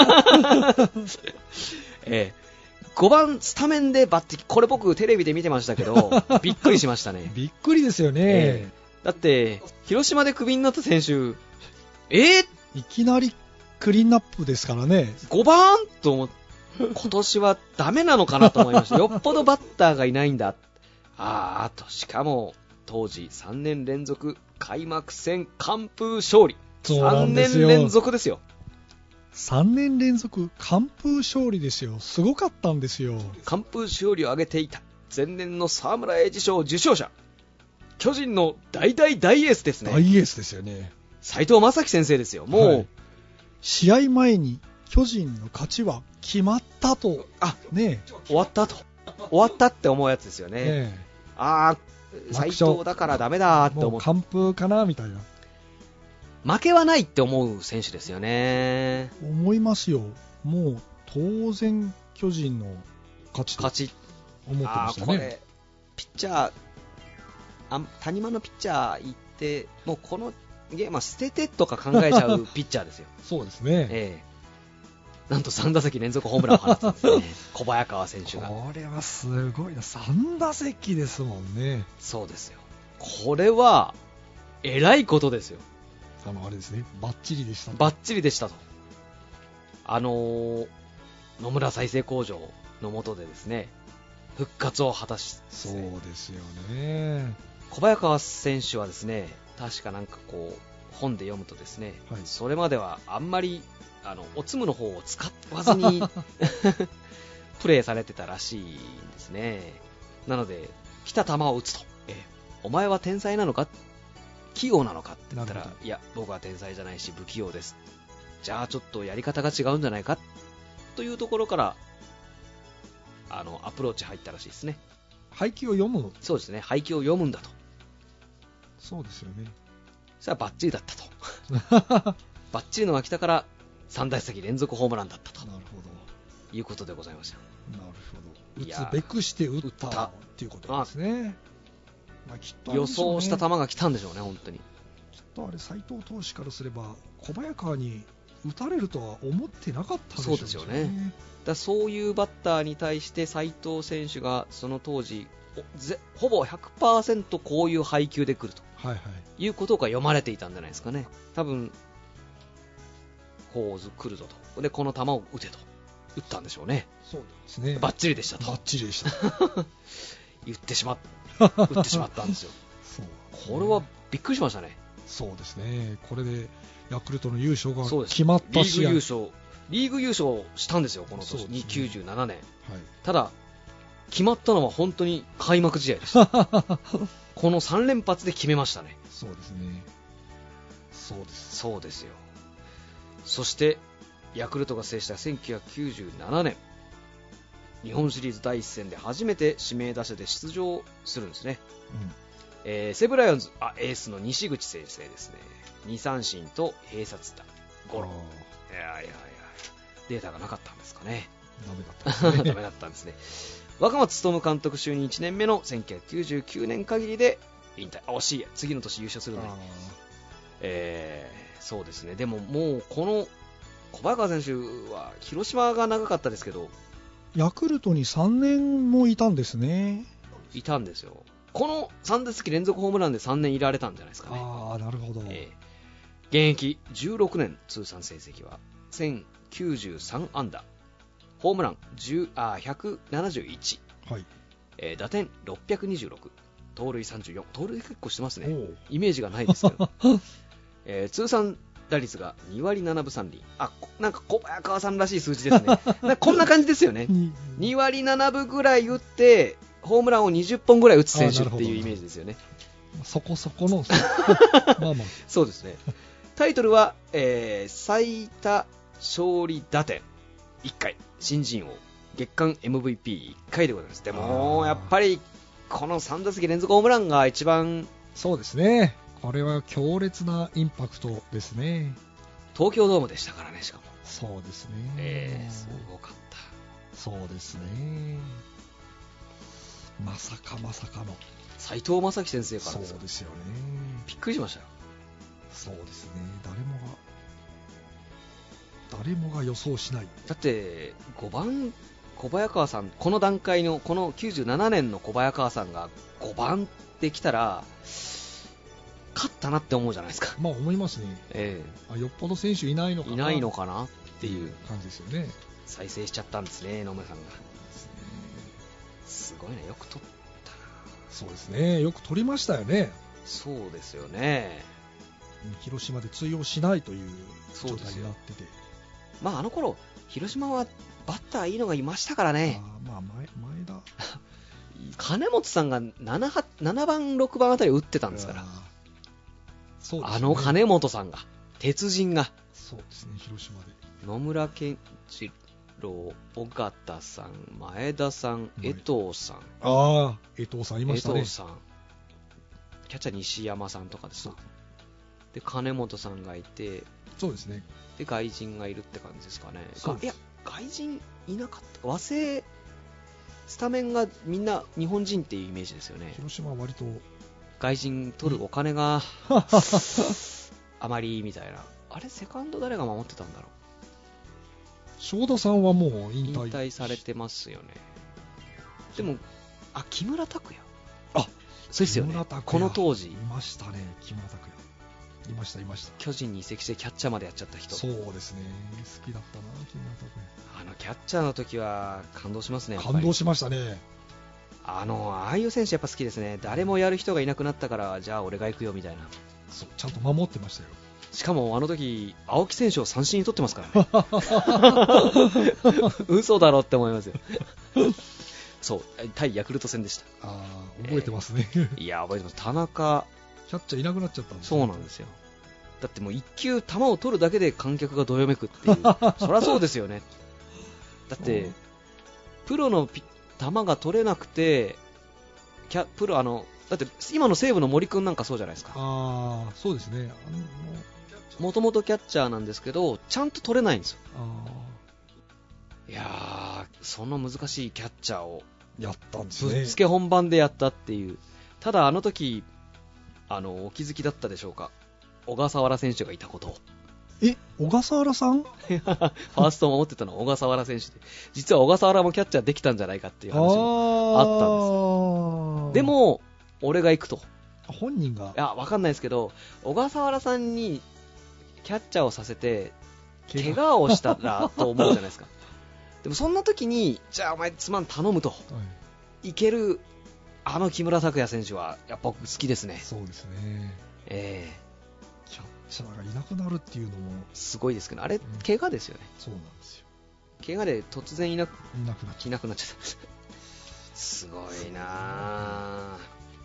Speaker 3: えー、ごばんスタメンで抜擢、これ僕テレビで見てましたけどびっくりしましたね。
Speaker 2: びっくりですよね、
Speaker 3: えー、だって広島でクビになった選手、えー、
Speaker 2: いきなりクリーンナップですからね。
Speaker 3: ごばんと思って今年はダメなのかなと思いました。よっぽどバッターがいないんだ。あーあとしかも当時さんねん連続開幕戦完封勝利、さんねん連続ですよ。
Speaker 2: さんねん連続完封勝利ですよ。すごかったんですよ。
Speaker 3: 完封勝利を挙げていた前年の沢村栄治賞受賞者、巨人の大大大エースですね。
Speaker 2: 大エースですよね。
Speaker 3: 斉藤正樹先生ですよ。もう、はい、
Speaker 2: 試合前に巨人の勝ちは決まったと、
Speaker 3: あ、ね、終わったと終わったって思うやつですよね。ね、ああ、斉藤だからダメだって思う。
Speaker 2: もう完封かなみたいな。
Speaker 3: 負けはないって思う選手ですよね。
Speaker 2: 思いますよ。もう当然巨人の勝ちと思ってましたね。
Speaker 3: あ、これピッチャー、あ、谷間のピッチャー行ってもうこのゲームは捨ててとか考えちゃうピッチャーですよ。
Speaker 2: そうですね、
Speaker 3: ええ、なんとさん打席連続ホームランを放つんですね小早川選手が。
Speaker 2: これはすごいな、さん打席ですもんね。
Speaker 3: そうですよ、これはえらいことですよ。
Speaker 2: あのあれですね、バッチリでした、ね、
Speaker 3: バッチリでしたと。あのー、野村再生工場の下でですね復活を果たし、ね、
Speaker 2: そうですよね。
Speaker 3: 小早川選手はですね、確かなんかこう本で読むとですね、はい、それまではあんまりあのおつむの方を使わずにプレーされてたらしいんですね。なので来た球を打つと、えお前は天才なのか器用なのかって言ったら、いや僕は天才じゃないし不器用です、じゃあちょっとやり方が違うんじゃないかというところからあのアプローチ入ったらしいですね。
Speaker 2: 配球を読むの。
Speaker 3: そうですね、配球を読むんだと。
Speaker 2: そうですよね。
Speaker 3: それはバッチリだったとバッチリのが来たからさん打席連続ホームランだったと
Speaker 2: なるほど
Speaker 3: いうことでございますよ。
Speaker 2: なるほど。打つべくして打ったっていうことですね。まあ、きっとあれでしょうね、
Speaker 3: 予想した球が来たんでしょうね、本当に。
Speaker 2: きっとあれ斉藤投手からすれば小早川に打たれるとは思ってなかったんでしょうね。
Speaker 3: そうですよね。だそういうバッターに対して斉藤選手がその当時ぜほぼ ひゃくパーセント こういう配球で来ると、はいはい、いうことが読まれていたんじゃないですかね。多分こう来るぞと、でこの球を打てと打ったんでしょうね。
Speaker 2: そうですね。
Speaker 3: バッチリでしたと。
Speaker 2: バッチリでした
Speaker 3: 言ってしまっ打ってしまったんですよ。
Speaker 2: そう、
Speaker 3: これはびっくりしましたね。
Speaker 2: そうですね。これでヤクルトの優勝が決まった試合、
Speaker 3: リーグ優勝リーグ優勝したんですよ、この年、ね、きゅうじゅうななねん、はい、ただ決まったのは本当に開幕試合でしたこのさん連発で決めましたね。
Speaker 2: そうですね。そうです
Speaker 3: そうですよ。そしてヤクルトが制したせんきゅうひゃくきゅうじゅうななねん日本シリーズだいいっ戦で初めて指名打者で出場するんですね、うんえー、西武ライオンズあエースの西口先生ですね。に三振と併殺打ゴロ。いやいやいやデータがなかったんですかね。
Speaker 2: ダメだったんですね。
Speaker 3: ダメだったんですね。若松勉監督就任いちねんめのせんきゅうひゃくきゅうじゅうきゅうねん限りで引退。惜しい。次の年優勝するのね。えー、そうですね。でももうこの小早川選手は広島が長かったですけど
Speaker 2: ヤクルトにさんねんもいたんですね。
Speaker 3: いたんですよ。このさん打席連続ホームランでさんねんいられたんじゃないですかね。
Speaker 2: ああ、なるほど、
Speaker 3: えー、現役じゅうろくねん通算成績はせんきゅうじゅうさん安打ホームランじゅうあひゃくななじゅういち、はいえー、打点ろっぴゃくにじゅうろく盗塁さんじゅうよん盗塁結構してますね。イメージがないですけど、えー、通算打率がに割ななぶさん厘。あ、なんか小早川さんらしい数字ですね。なんかこんな感じですよね。に割ななぶぐらい打ってホームランをにじゅっぽんぐらい打つ選手っていうイメージですよね。
Speaker 2: そこそこのまあまあ
Speaker 3: そうですね。タイトルは、えー、最多勝利打点いっかい新人王月間 エムブイピーいっ 回でございます。でもやっぱりこのさん打席連続ホームランが一番。
Speaker 2: そうですね。これは強烈なインパクトですね。
Speaker 3: 東京ドームでしたからね。しかも
Speaker 2: そうですね、
Speaker 3: えー、すごかった。
Speaker 2: そうですね。まさかまさかの
Speaker 3: 斉藤正樹先生から
Speaker 2: です。そうですよね。
Speaker 3: びっくりしましたよ。
Speaker 2: そうですね。誰もが誰もが予想しない。
Speaker 3: だってごばん小早川さん、この段階のこのきゅうじゅうななねんの小早川さんがごばんってきたら勝ったなって思うじゃないですか。
Speaker 2: まあ思いますね、えー、あよっぽど選手いないのかない
Speaker 3: ないのかなっていう
Speaker 2: 感じですよね。
Speaker 3: 再生しちゃったんですね、野村さんが。すごいね、よく取ったな。
Speaker 2: そうですね、よく取りましたよね。
Speaker 3: そうですよね。
Speaker 2: 広島で通用しないという状態になってて、
Speaker 3: まああの頃広島はバッターいいのがいましたからね。
Speaker 2: あまあ 前, 前田
Speaker 3: 金本さんが 7, ななばんろくばんあたり打ってたんですから。そうですね、あの金本さんが鉄人が。
Speaker 2: そうですね、広島で
Speaker 3: 野村健次郎、尾形さん、前田さん、江藤さん、
Speaker 2: ああ江藤さんいましたね。
Speaker 3: 江藤さん、キャッチャー西山さんとかですか。で金本さんがいて、
Speaker 2: そうですね。
Speaker 3: で外人がいるって感じですかね。いや外人いなかった。和製スタメンがみんな日本人っていうイメージですよね。
Speaker 2: 広島は割と
Speaker 3: 外人取るお金があまりみたいな。あれセカンド誰が守ってたんだろう。
Speaker 2: 正田さんはもう引退
Speaker 3: 引退されてますよね。でもあ木村拓哉、
Speaker 2: あ
Speaker 3: そうですよね。この当時
Speaker 2: いましたね。木村拓哉いましたいました。
Speaker 3: 巨人に移籍してキャッチャーまでやっちゃった人。
Speaker 2: そうですね、好きだったな木村拓哉。
Speaker 3: あのキャッチャーの時は感動しますね。やっぱり
Speaker 2: 感動しましたね。
Speaker 3: あのああいう選手やっぱ好きですね。誰もやる人がいなくなったからじゃあ俺が行くよみたいな。
Speaker 2: そうちゃんと守ってましたよ。
Speaker 3: しかもあの時青木選手を三振に取ってますからね嘘だろって思いますよそう対ヤクルト戦でした。
Speaker 2: あ覚えてますね、
Speaker 3: えー、いや覚えてます。田中
Speaker 2: キャッチャーいなくなっちゃったんです、
Speaker 3: ね、そうなんですよ。だってもう一球球を取るだけで観客がどよめくっていうそりゃそうですよね。だってプロのピ球が取れなくてキャプロあのだって今の西武の森君なんかそうじゃないですか。
Speaker 2: ああそうですね。あの
Speaker 3: もともとキャッチャーなんですけどちゃんと取れないんですよ。
Speaker 2: あ
Speaker 3: いやー、そんな難しいキャッチャーを
Speaker 2: やったんですね。
Speaker 3: ぶっつけ本番でやったっていう。ただあの時あのお気づきだったでしょうか、小笠原選手がいたことを。
Speaker 2: え、小笠原さん
Speaker 3: ファーストを守ってたのは小笠原選手で、実は小笠原もキャッチャーできたんじゃないかっていう話もあったんです。でも俺が行くと、
Speaker 2: 本人が、
Speaker 3: いや分かんないですけど、小笠原さんにキャッチャーをさせて怪我をしたらと思うじゃないですか。でもそんな時にじゃあお前つまん頼むと、はい、いけるあの木村拓哉選手はやっぱ好きですね。
Speaker 2: そうですね、
Speaker 3: え
Speaker 2: ー、キャッチャーがいなくなるっていうのも
Speaker 3: すごいですけど、あれ、うん、怪我ですよね。
Speaker 2: そうなんですよ。
Speaker 3: 怪我で突然いなく
Speaker 2: いなくなっちゃった。
Speaker 3: いなくなっちゃったすごいなぁ。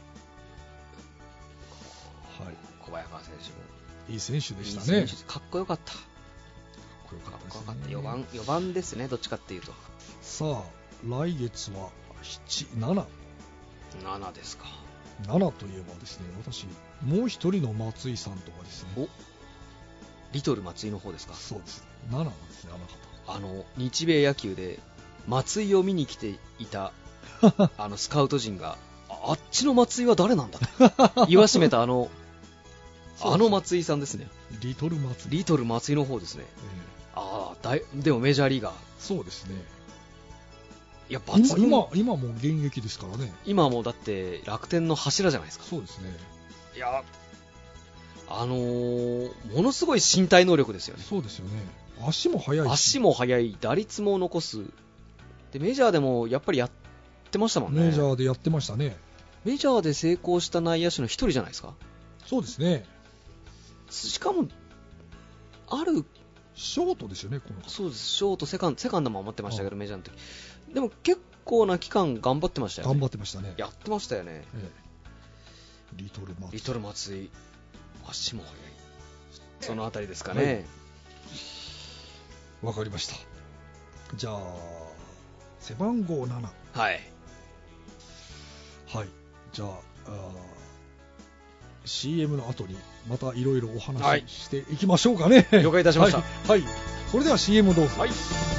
Speaker 3: はい、小早川選手も
Speaker 2: いい選手でしたね。
Speaker 3: いい選手、かっこよかった。かっこよかったですね。よばん、よばんですね、どっちかっていうと。
Speaker 2: さあ来月はなな
Speaker 3: ななですか。
Speaker 2: ななといえばですね、私もう一人の松井さんとかですね。
Speaker 3: お、リトル松井の方ですか。
Speaker 2: そうです。ななですね、あの方。
Speaker 3: あの日米野球で松井を見に来ていたあのスカウト陣が あ, あっちの松井は誰なんだと言わしめたあのあの松井さんですね。
Speaker 2: リトル松井。
Speaker 3: リトル松井の方ですね。えー、ああ、でもメジャーリーガー。
Speaker 2: そうですね。
Speaker 3: いや抜群。
Speaker 2: 今今もう現役ですからね。
Speaker 3: 今もうだって楽天の柱じゃないですか。
Speaker 2: そうですね。
Speaker 3: いや、あのー、ものすごい身体能力ですよね。
Speaker 2: そうですよね。足も速いし。
Speaker 3: 足も速い、打率も残す。でメジャーでもやっぱりやってましたもんね。
Speaker 2: メジャーでやってましたね。
Speaker 3: メジャーで成功した内野手の一人じゃないですか。
Speaker 2: そうですね。
Speaker 3: しかもある
Speaker 2: ショートですよね、この方。
Speaker 3: そうです。ショート、セカンド、セカンドも守ってましたけど、メジャーの時。でも結構な期間頑張ってましたよね。
Speaker 2: 頑張ってましたね。
Speaker 3: やってましたよね。ええ、
Speaker 2: リトル松井。
Speaker 3: リトル松井。足も速い。そのあたりですかね。
Speaker 2: わ、はい、かりました。じゃあ背番号なな。
Speaker 3: はい。
Speaker 2: はい。じゃあ、あ シーエム の後にまたいろいろお話ししていきましょうかね。
Speaker 3: はい、了解いたしました。
Speaker 2: はい、はい。それでは シーエム どうぞ。
Speaker 3: はい。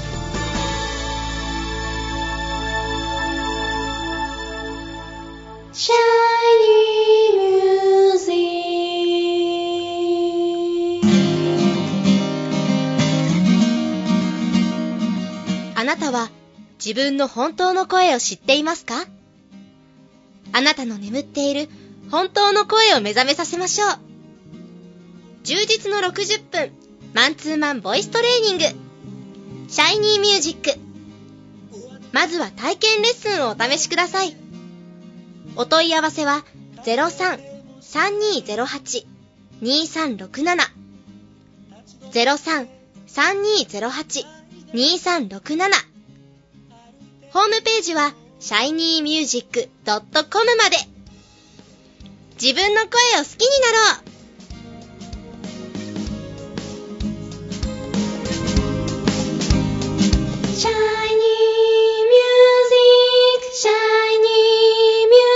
Speaker 1: シャイニーミュージック。あなたは自分の本当の声を知っていますか？あなたの眠っている本当の声を目覚めさせましょう。充実のろくじゅっぷんマンツーマンボイストレーニング、シャイニーミュージック。まずは体験レッスンをお試しください。お問い合わせは ゼロさん さんにーゼロはち にーさんろくなな ゼロさん さんにーゼロはち にーさんろくなな。ホームページは シャイニーミュージックドットコム まで。自分の声を好きになろう。シャイニーミュージック、シャイニーミ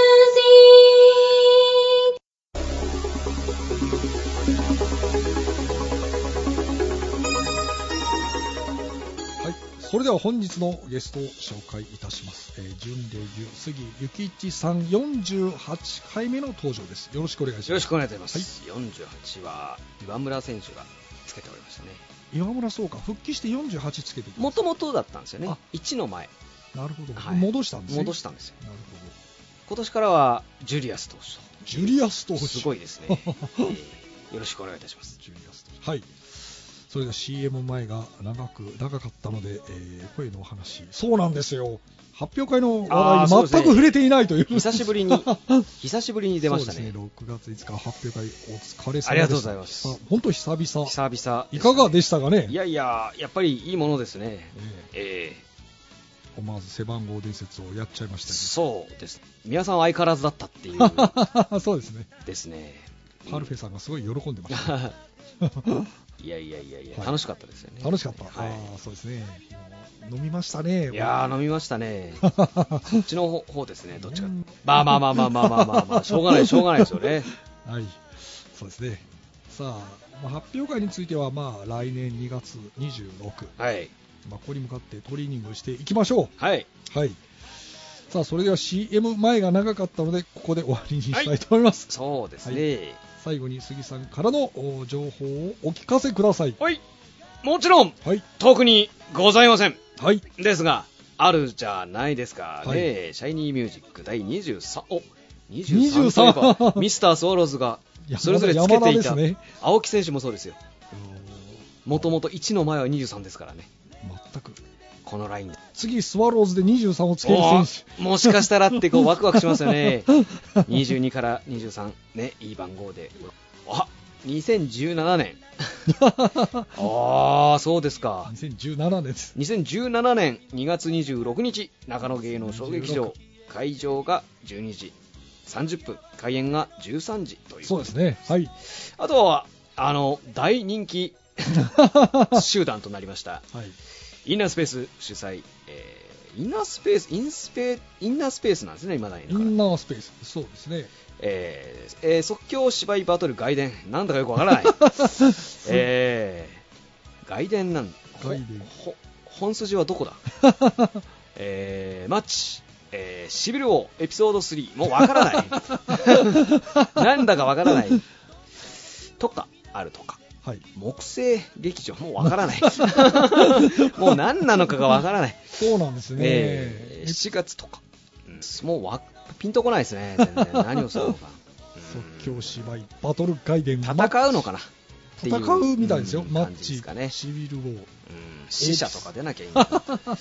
Speaker 2: ュージック。はい、それでは本日のゲストを紹介いたします。えー、準レギュ杉ゆきちさん、よんじゅうはちかいめの登場です。よろしくお願いします。
Speaker 3: よろしくお願いします。はい、よんじゅうはちは岩村選手がつけておりましたね。
Speaker 2: 岩村、そうか、復帰してよんじゅうはちつけて
Speaker 3: もともとだったんですよね。いちの前。
Speaker 2: なるほど、
Speaker 3: はい、
Speaker 2: 戻したんですね。
Speaker 3: 戻したんですよ。
Speaker 2: なるほど。
Speaker 3: 今年からはジュリアス投手と。
Speaker 2: ジュリアス投手、
Speaker 3: すごいですね。えー、よろしくお願いいたします。
Speaker 2: ジュリアス投手、はい。それでは シーエム 前が長く長かったので、えー、声のお話。そうなんですよ、発表会の話題に全く触れていないという、
Speaker 3: 久しぶりに久しぶりに出ましたね。
Speaker 2: そうですね、ろくがついつか発表会お疲れ様でした。
Speaker 3: ありがとうございます。
Speaker 2: 本当久々
Speaker 3: 久々、
Speaker 2: いかがでしたかね。
Speaker 3: いやいや、やっぱりいいものですね。
Speaker 2: えー、えー、思わず背番号伝説をやっちゃいましたけど。
Speaker 3: そうです。皆さんは相変わらずだったっていう
Speaker 2: そうですね。
Speaker 3: ですね。
Speaker 2: パルフェさんがすごい喜んでました、ね。
Speaker 3: いやいやいやいや、はい、楽しかったですよね。
Speaker 2: 楽しかった。
Speaker 3: はい、
Speaker 2: あ、そうですね。飲みましたね。
Speaker 3: いやー、飲みましたね。そっちの方ですね、どっちか。まあまあまあまあまあまあまあ、まあ、しょうがないしょうがないですよね。
Speaker 2: はい、そうですね。さあまあ、発表会についてはまあ来年にがつにじゅうろく、
Speaker 3: はい、
Speaker 2: まあ、ここに向かってトレーニングしていきましょう。
Speaker 3: はい、
Speaker 2: はい、さあそれでは シーエム 前が長かったのでここで終わりにしたいと思います。
Speaker 3: はい、そうですね、はい、
Speaker 2: 最後に杉さんからの情報をお聞かせください。
Speaker 3: はい、もちろん、はい、特にございません、はい、ですがあるじゃないですかね、はい、シャイニーミュージックだいにじゅうさん、おにじゅうさんといえばミスタースワローズがそれぞれつけていた、ね、青木選手もそうですよ。もともといちの前はにじゅうさんですからね。
Speaker 2: 全く
Speaker 3: このラインで
Speaker 2: 次スワローズでにじゅうさんをつける選手
Speaker 3: もしかしたらってこうワクワクしますよね。にじゅうにからにじゅうさんね、いい番号で。あ、にせんじゅうななねんああそうですか、
Speaker 2: にせんじゅうななねんです。
Speaker 3: にせんじゅうななねんにがつにじゅうろくにち長野芸能小劇場、会場がじゅうにじさんじゅっぷん、開演がじゅうさんじという。
Speaker 2: そうですね、はい、
Speaker 3: あとはあの大人気集団となりました、はい、インナースペース主催、えー、インナースペースインスペインナースペースなんですね、今だにイ
Speaker 2: ンナースペース、そうですね、
Speaker 3: えーえー、即興芝居バトル外伝、なんだかよくわからない、えー、外伝なん
Speaker 2: 外伝
Speaker 3: ほ本筋はどこだ、えー、マッチ、えー、シビル王エピソードスリー、もうわからないなんだかわからないとかあるとか、はい、木星劇場、もうわからないもう何なのかがわからない。
Speaker 2: そうなんですね、
Speaker 3: えー、しちがつとか、うん、もうわピンとこないですね、全然何をするのか
Speaker 2: 即興芝居バトル外伝、
Speaker 3: 戦うのかな、
Speaker 2: 戦うみたいですよ、うん、マッチ
Speaker 3: ですかね、
Speaker 2: シビル王、うん、
Speaker 3: 死者とか出なきゃいいの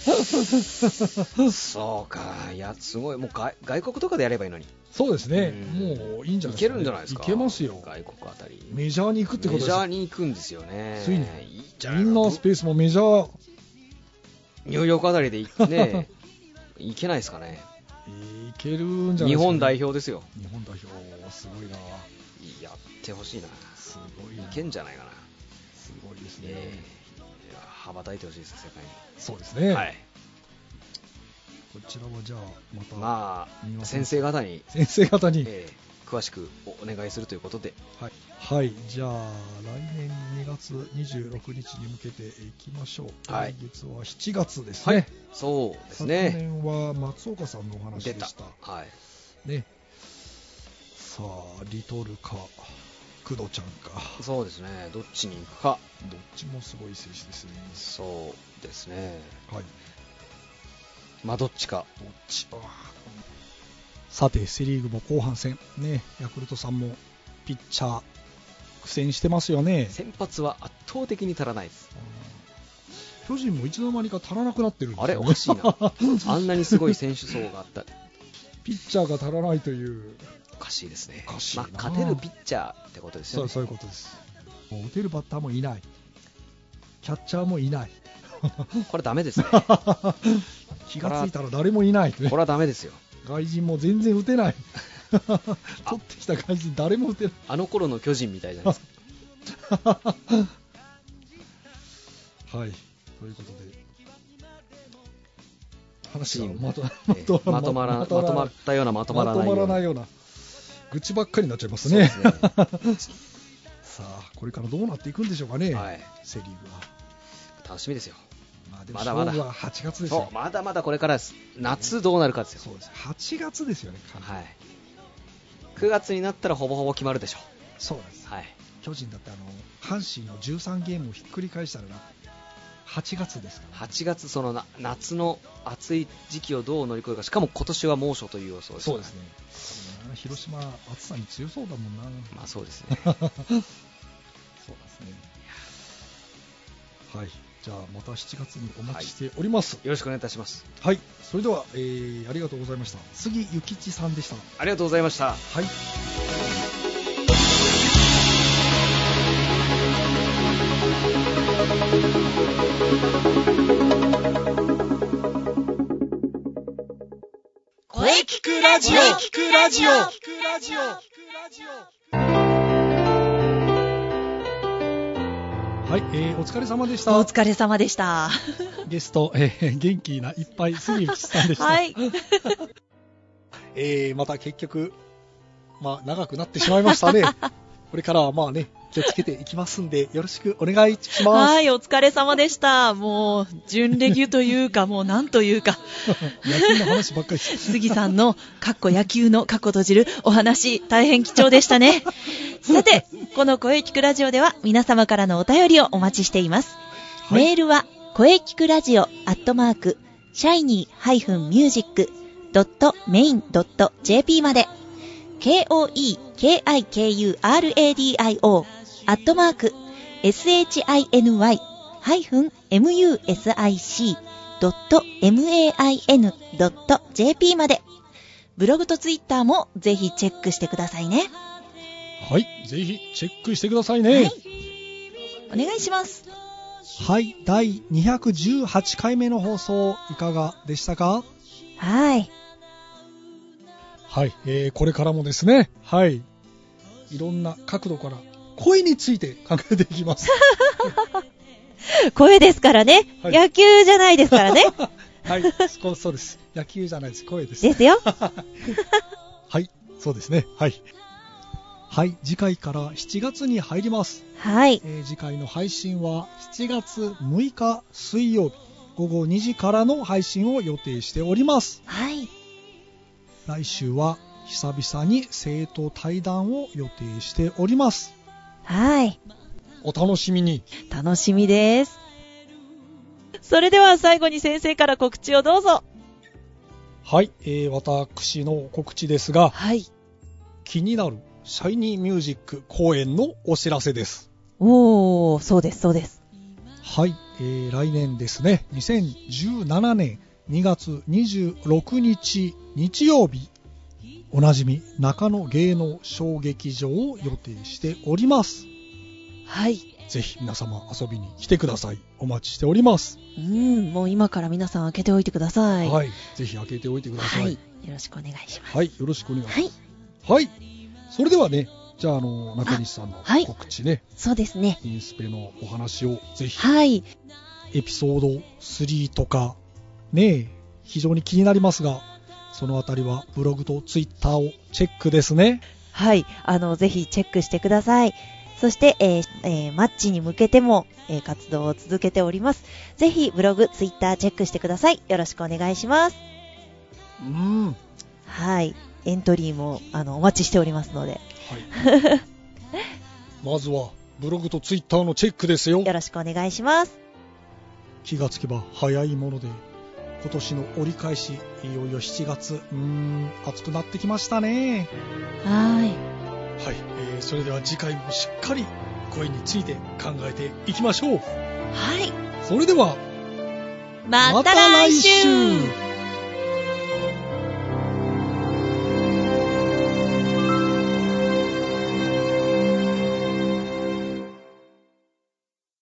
Speaker 3: そうか、いやすごい、もう 外, 外国とかでやればいいのに。
Speaker 2: そうですね、もういいんじゃないですか、ね、
Speaker 3: いけるんじゃないですか、
Speaker 2: いけますよ、
Speaker 3: 外国あたり
Speaker 2: メジャーに行くってことです。
Speaker 3: メジャーに行くんですよね、
Speaker 2: ついに
Speaker 3: いい
Speaker 2: じゃない、インナースペースもメジャー、
Speaker 3: ニューヨークあたりで行ってねいけないですかね。
Speaker 2: いけるんじゃないですか、ね、
Speaker 3: 日本代表ですよ。
Speaker 2: 日本代表すごいな、
Speaker 3: やってほしいな、
Speaker 2: すごいな、
Speaker 3: いけんじゃないかな、
Speaker 2: すごいですね、
Speaker 3: えー、羽ばたいてほしいです世界に。
Speaker 2: そうですね、
Speaker 3: はい、
Speaker 2: こちらはじゃあまた、
Speaker 3: まあ、先生方に
Speaker 2: 先生方に、
Speaker 3: えー、詳しくお願いするということで、
Speaker 2: はい、はい、じゃあ来年にがつにじゅうろくにちに向けていきましょう。はい、来月はしちがつですね、はい、
Speaker 3: そうですね、
Speaker 2: 昨年は松岡さんのお話でした、
Speaker 3: はい
Speaker 2: ね、さあリトルか工藤ちゃんか、
Speaker 3: そうですね、どっちに行くか、
Speaker 2: どっちもすごい選手ですね。
Speaker 3: そうですね、
Speaker 2: はい、
Speaker 3: まあどっちか、
Speaker 2: どっち、さてセリーグも後半戦ね、ヤクルトさんもピッチャー苦戦してますよね。
Speaker 3: 先発は圧倒的に足らないです。
Speaker 2: 巨人もいつの間にか足らなくなってるんですよね。
Speaker 3: あれおかしいなあんなにすごい選手層があった
Speaker 2: ピッチャーが足らないという、
Speaker 3: おかしいですね。
Speaker 2: おかしいな、
Speaker 3: まあ、勝てるピッチャーってことですよね。
Speaker 2: そう、そういうことです。もう打てるバッターもいない、キャッチャーもいない
Speaker 3: これダメですね
Speaker 2: 気がついたら誰もいない、
Speaker 3: これはダメですよ。
Speaker 2: 外人も全然打てない取ってきた外人誰も打てない、
Speaker 3: あの頃の巨人みたいじゃないですか
Speaker 2: はい、ということで話がまと、
Speaker 3: えー、まとまらまとまったようなまとまらないような、まとまらないような
Speaker 2: 愚痴ばっかりになっちゃいますね。
Speaker 3: そうですね
Speaker 2: さあこれからどうなっていくんでしょうかね、
Speaker 3: はい、
Speaker 2: セ・リーグは
Speaker 3: 楽しみですよ。
Speaker 2: まあ、でも勝負ははちがつですよ。
Speaker 3: そう、まだまだこれからです。夏どうなるかですよ。
Speaker 2: そうです、はちがつですよね、
Speaker 3: はい、くがつになったらほぼほぼ決まるでしょう。
Speaker 2: そうです、
Speaker 3: はい、
Speaker 2: 巨人だってあの阪神のじゅうさんゲームをひっくり返したらはちがつですから、ね、
Speaker 3: はちがつ、そのな夏の暑い時期をどう乗り越えるか、しかも今年は猛暑という予想です。
Speaker 2: そうですね、広島暑さに強そうだもんな。
Speaker 3: まあそうですね
Speaker 2: そうですね、はい、じゃあまたしちがつにお待ちしております、はい、
Speaker 3: よろしくお願いいたします。
Speaker 2: はい、それでは、えー、ありがとうございました。杉ゆきちさんでした。
Speaker 3: ありがとうございました。
Speaker 2: はい、
Speaker 4: 声聞くラジオ、聞くラジオ、聞くラジオ、聞くラジオ。
Speaker 2: はい、えー、お疲れ様でした。
Speaker 5: お疲れ様でした。
Speaker 2: ゲスト、えー、元気ないっぱい杉ゆきさんでした。
Speaker 5: はい。
Speaker 2: えー、また結局、まあ長くなってしまいましたね。これからはまあね、 気をつけていきますんでよろしくお願いします。
Speaker 5: はい、お疲れ様でした。もう準レギュというかもうなんというか
Speaker 2: 野球の話ばっかり
Speaker 5: 杉さんのかっこ野球のかっこ閉じるお話大変貴重でしたね。さて、この声聞くラジオでは皆様からのお便りをお待ちしています。はい、メールは声聞くラジオアットマークシャイニー -ミュージック ドット メイン ドット ジェーピー まで ケーオーイーケーアイケーユーアールエーディーアイオー アットマーク シャイニー -ミュージック ドット メイン ドット ジェーピー まで。ブログとツイッターもぜひチェックしてくださいね。
Speaker 2: はい、ぜひチェックしてくださいね。はい、
Speaker 5: お願いします。
Speaker 2: はい、だいにひゃくじゅうはちかいめの放送いかがでしたか？
Speaker 5: はい。
Speaker 2: はい、えー、これからもですね、はい、いろんな角度から声について考えていきます。
Speaker 5: 声ですからね、はい、野球じゃないですからね。
Speaker 2: はい、そうです。野球じゃないです。声です。
Speaker 5: ですよ。
Speaker 2: はい、そうですね。はい。はい、次回からしちがつに入ります。
Speaker 5: はい、
Speaker 2: えー、次回の配信はしちがつむいか水曜日ごごにじからの配信を予定しております。
Speaker 5: はい。
Speaker 2: 来週は久々に生徒対談を予定しております。
Speaker 5: はい。
Speaker 2: お楽しみに。
Speaker 5: 楽しみです。それでは最後に先生から告知をどうぞ。
Speaker 2: はい、えー、私の告知ですが、
Speaker 5: はい、
Speaker 2: 気になるシャイニーミュージック公演のお知らせです。
Speaker 5: おー、そうですそうです。
Speaker 2: はい、えー、来年ですね、にせんじゅうななねんにがつにじゅうろくにち日曜日、おなじみ中野芸能小劇場を予定しております。
Speaker 5: はい、
Speaker 2: ぜひ皆様遊びに来てください。お待ちしております。
Speaker 5: うん、もう今から皆さん開けておいてください。
Speaker 2: はい、ぜひ開けておいてください。はい、よ
Speaker 5: ろしくお願いします。
Speaker 2: はい、よろしくお願いします。
Speaker 5: はい、
Speaker 2: はい、それではね、じゃあ、あの中西さんの告知ね、はい、
Speaker 5: そうですね、
Speaker 2: インスペのお話をぜひ、
Speaker 5: はい、
Speaker 2: エピソードスリーとかね、非常に気になりますが、そのあたりはブログとツイッターをチェックですね。
Speaker 5: はい、あのぜひチェックしてください。そして、えーえー、マッチに向けても、えー、活動を続けております。ぜひブログ、ツイッターチェックしてください。よろしくお願いします。
Speaker 2: うん。
Speaker 5: はい、エントリーもあのお待ちしておりますので。
Speaker 2: はい、まずはブログとツイッターのチェックですよ。
Speaker 5: よろしくお願いします。
Speaker 2: 気がつけば早いもので今年の折り返し、いよいよしちがつ、うーん暑くなってきましたね。
Speaker 5: はい
Speaker 2: はい、えー、それでは次回もしっかり声について考えていきましょう。
Speaker 5: はい、
Speaker 2: それでは
Speaker 5: また来週。